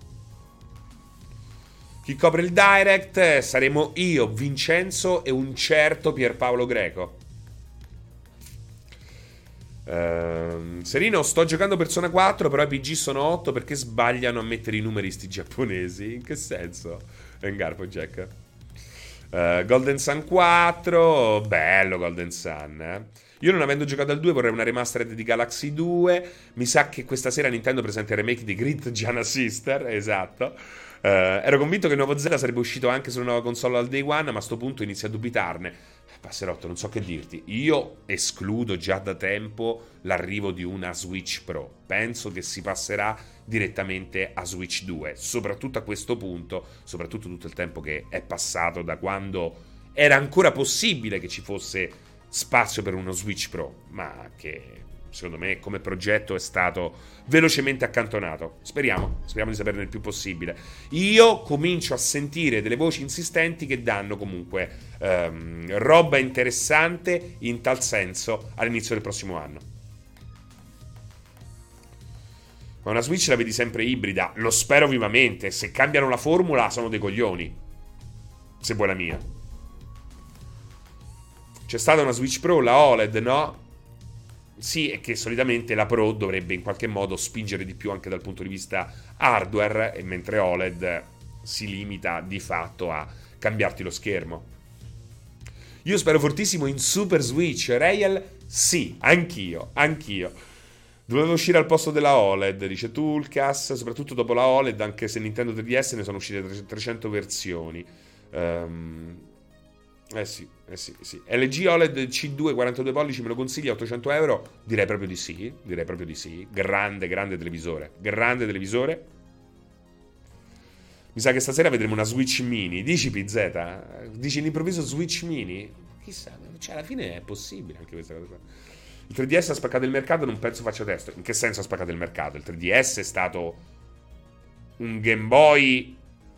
Chi copre il Direct? Saremo io, Vincenzo e un certo Pierpaolo Greco. Uh, Serino, sto giocando Persona quattro, però i P G sono otto perché sbagliano a mettere i numeri sti giapponesi. In che senso? Engarpo Jack. uh, Golden Sun quattro, bello Golden Sun, eh? Io, non avendo giocato al due, vorrei una remastered di Galaxy due. Mi sa che questa sera Nintendo presenta il remake di Grid Giana Sister, esatto. uh, Ero convinto che il nuovo Zelda sarebbe uscito anche sulla nuova console al day one, ma a sto punto inizio a dubitarne. Passerotto, non so che dirti. Io escludo già da tempo l'arrivo di una Switch Pro. Penso che si passerà direttamente a Switch due, soprattutto a questo punto, soprattutto tutto il tempo che è passato da quando era ancora possibile che ci fosse spazio per uno Switch Pro, ma che secondo me come progetto è stato velocemente accantonato. Speriamo, speriamo di saperne il più possibile. Io comincio a sentire delle voci insistenti che danno comunque ehm, roba interessante in tal senso all'inizio del prossimo anno. Ma una Switch la vedi sempre ibrida? Lo spero vivamente. Se cambiano la formula sono dei coglioni, se vuoi la mia. C'è stata una Switch Pro, la O L E D, no? Sì, è che solitamente la Pro dovrebbe in qualche modo spingere di più anche dal punto di vista hardware, e mentre O L E D si limita di fatto a cambiarti lo schermo. Io spero fortissimo in Super Switch. Rael, sì, anch'io, anch'io. Doveva uscire al posto della O L E D, dice Tulcas, soprattutto dopo la O L E D, anche se Nintendo tre D S ne sono uscite trecento versioni. Um, eh sì, eh sì, sì. L G O L E D C due quarantadue pollici me lo consigli a ottocento euro? Direi proprio di sì, direi proprio di sì. Grande, grande televisore, grande televisore. Mi sa che stasera vedremo una Switch Mini. Dici P Z? Dici all'improvviso Switch Mini? Chissà, cioè alla fine è possibile anche questa cosa. Il tre D S ha spaccato il mercato, non penso faccia testo. In che senso ha spaccato il mercato? Il tre D S è stato un Game Boy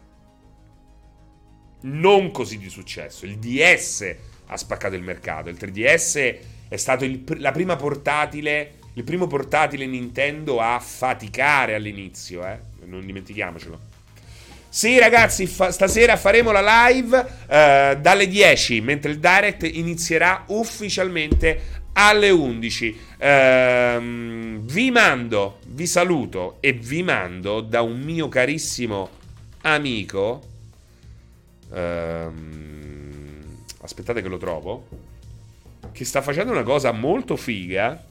non così di successo. Il D S ha spaccato il mercato. Il tre D S è stato il, la prima portatile, il primo portatile Nintendo a faticare all'inizio, eh? Non dimentichiamocelo. Sì, ragazzi, fa- stasera faremo la live uh, dalle dieci, mentre il direct inizierà ufficialmente alle undici. Uh, vi mando, vi saluto e vi mando da un mio carissimo amico. Uh, aspettate che lo trovo. Che sta facendo una cosa molto figa.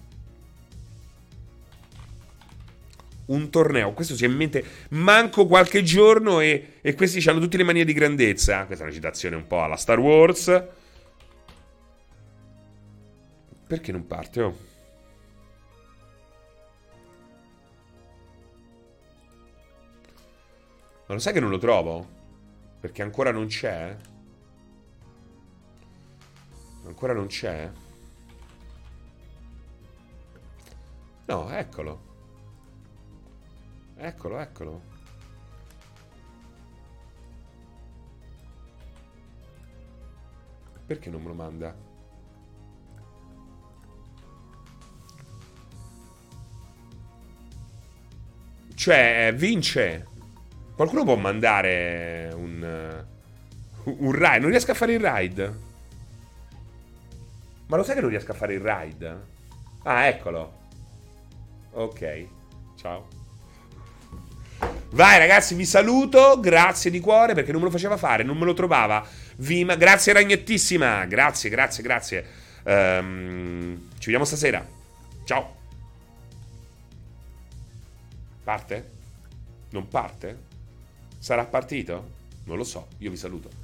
Un torneo, questo si è in mente manco qualche giorno e, e questi hanno tutte le manie di grandezza. Questa è una citazione un po' alla Star Wars. Perché non parte? Oh. Ma lo sai che non lo trovo? Perché ancora non c'è? Ancora non c'è? No, eccolo. Eccolo, eccolo. Perché non me lo manda? Cioè, vince. Qualcuno può mandare un un ride? Non riesco a fare il ride. Ma lo sai che non riesco a fare il ride? Ah, eccolo. Ok. Ciao. Vai ragazzi, vi saluto, grazie di cuore perché non me lo faceva fare, non me lo trovava. Vima, grazie ragnettissima, grazie, grazie, grazie. Um, ci vediamo stasera. Ciao. Parte? Non parte? Sarà partito? Non lo so, io vi saluto.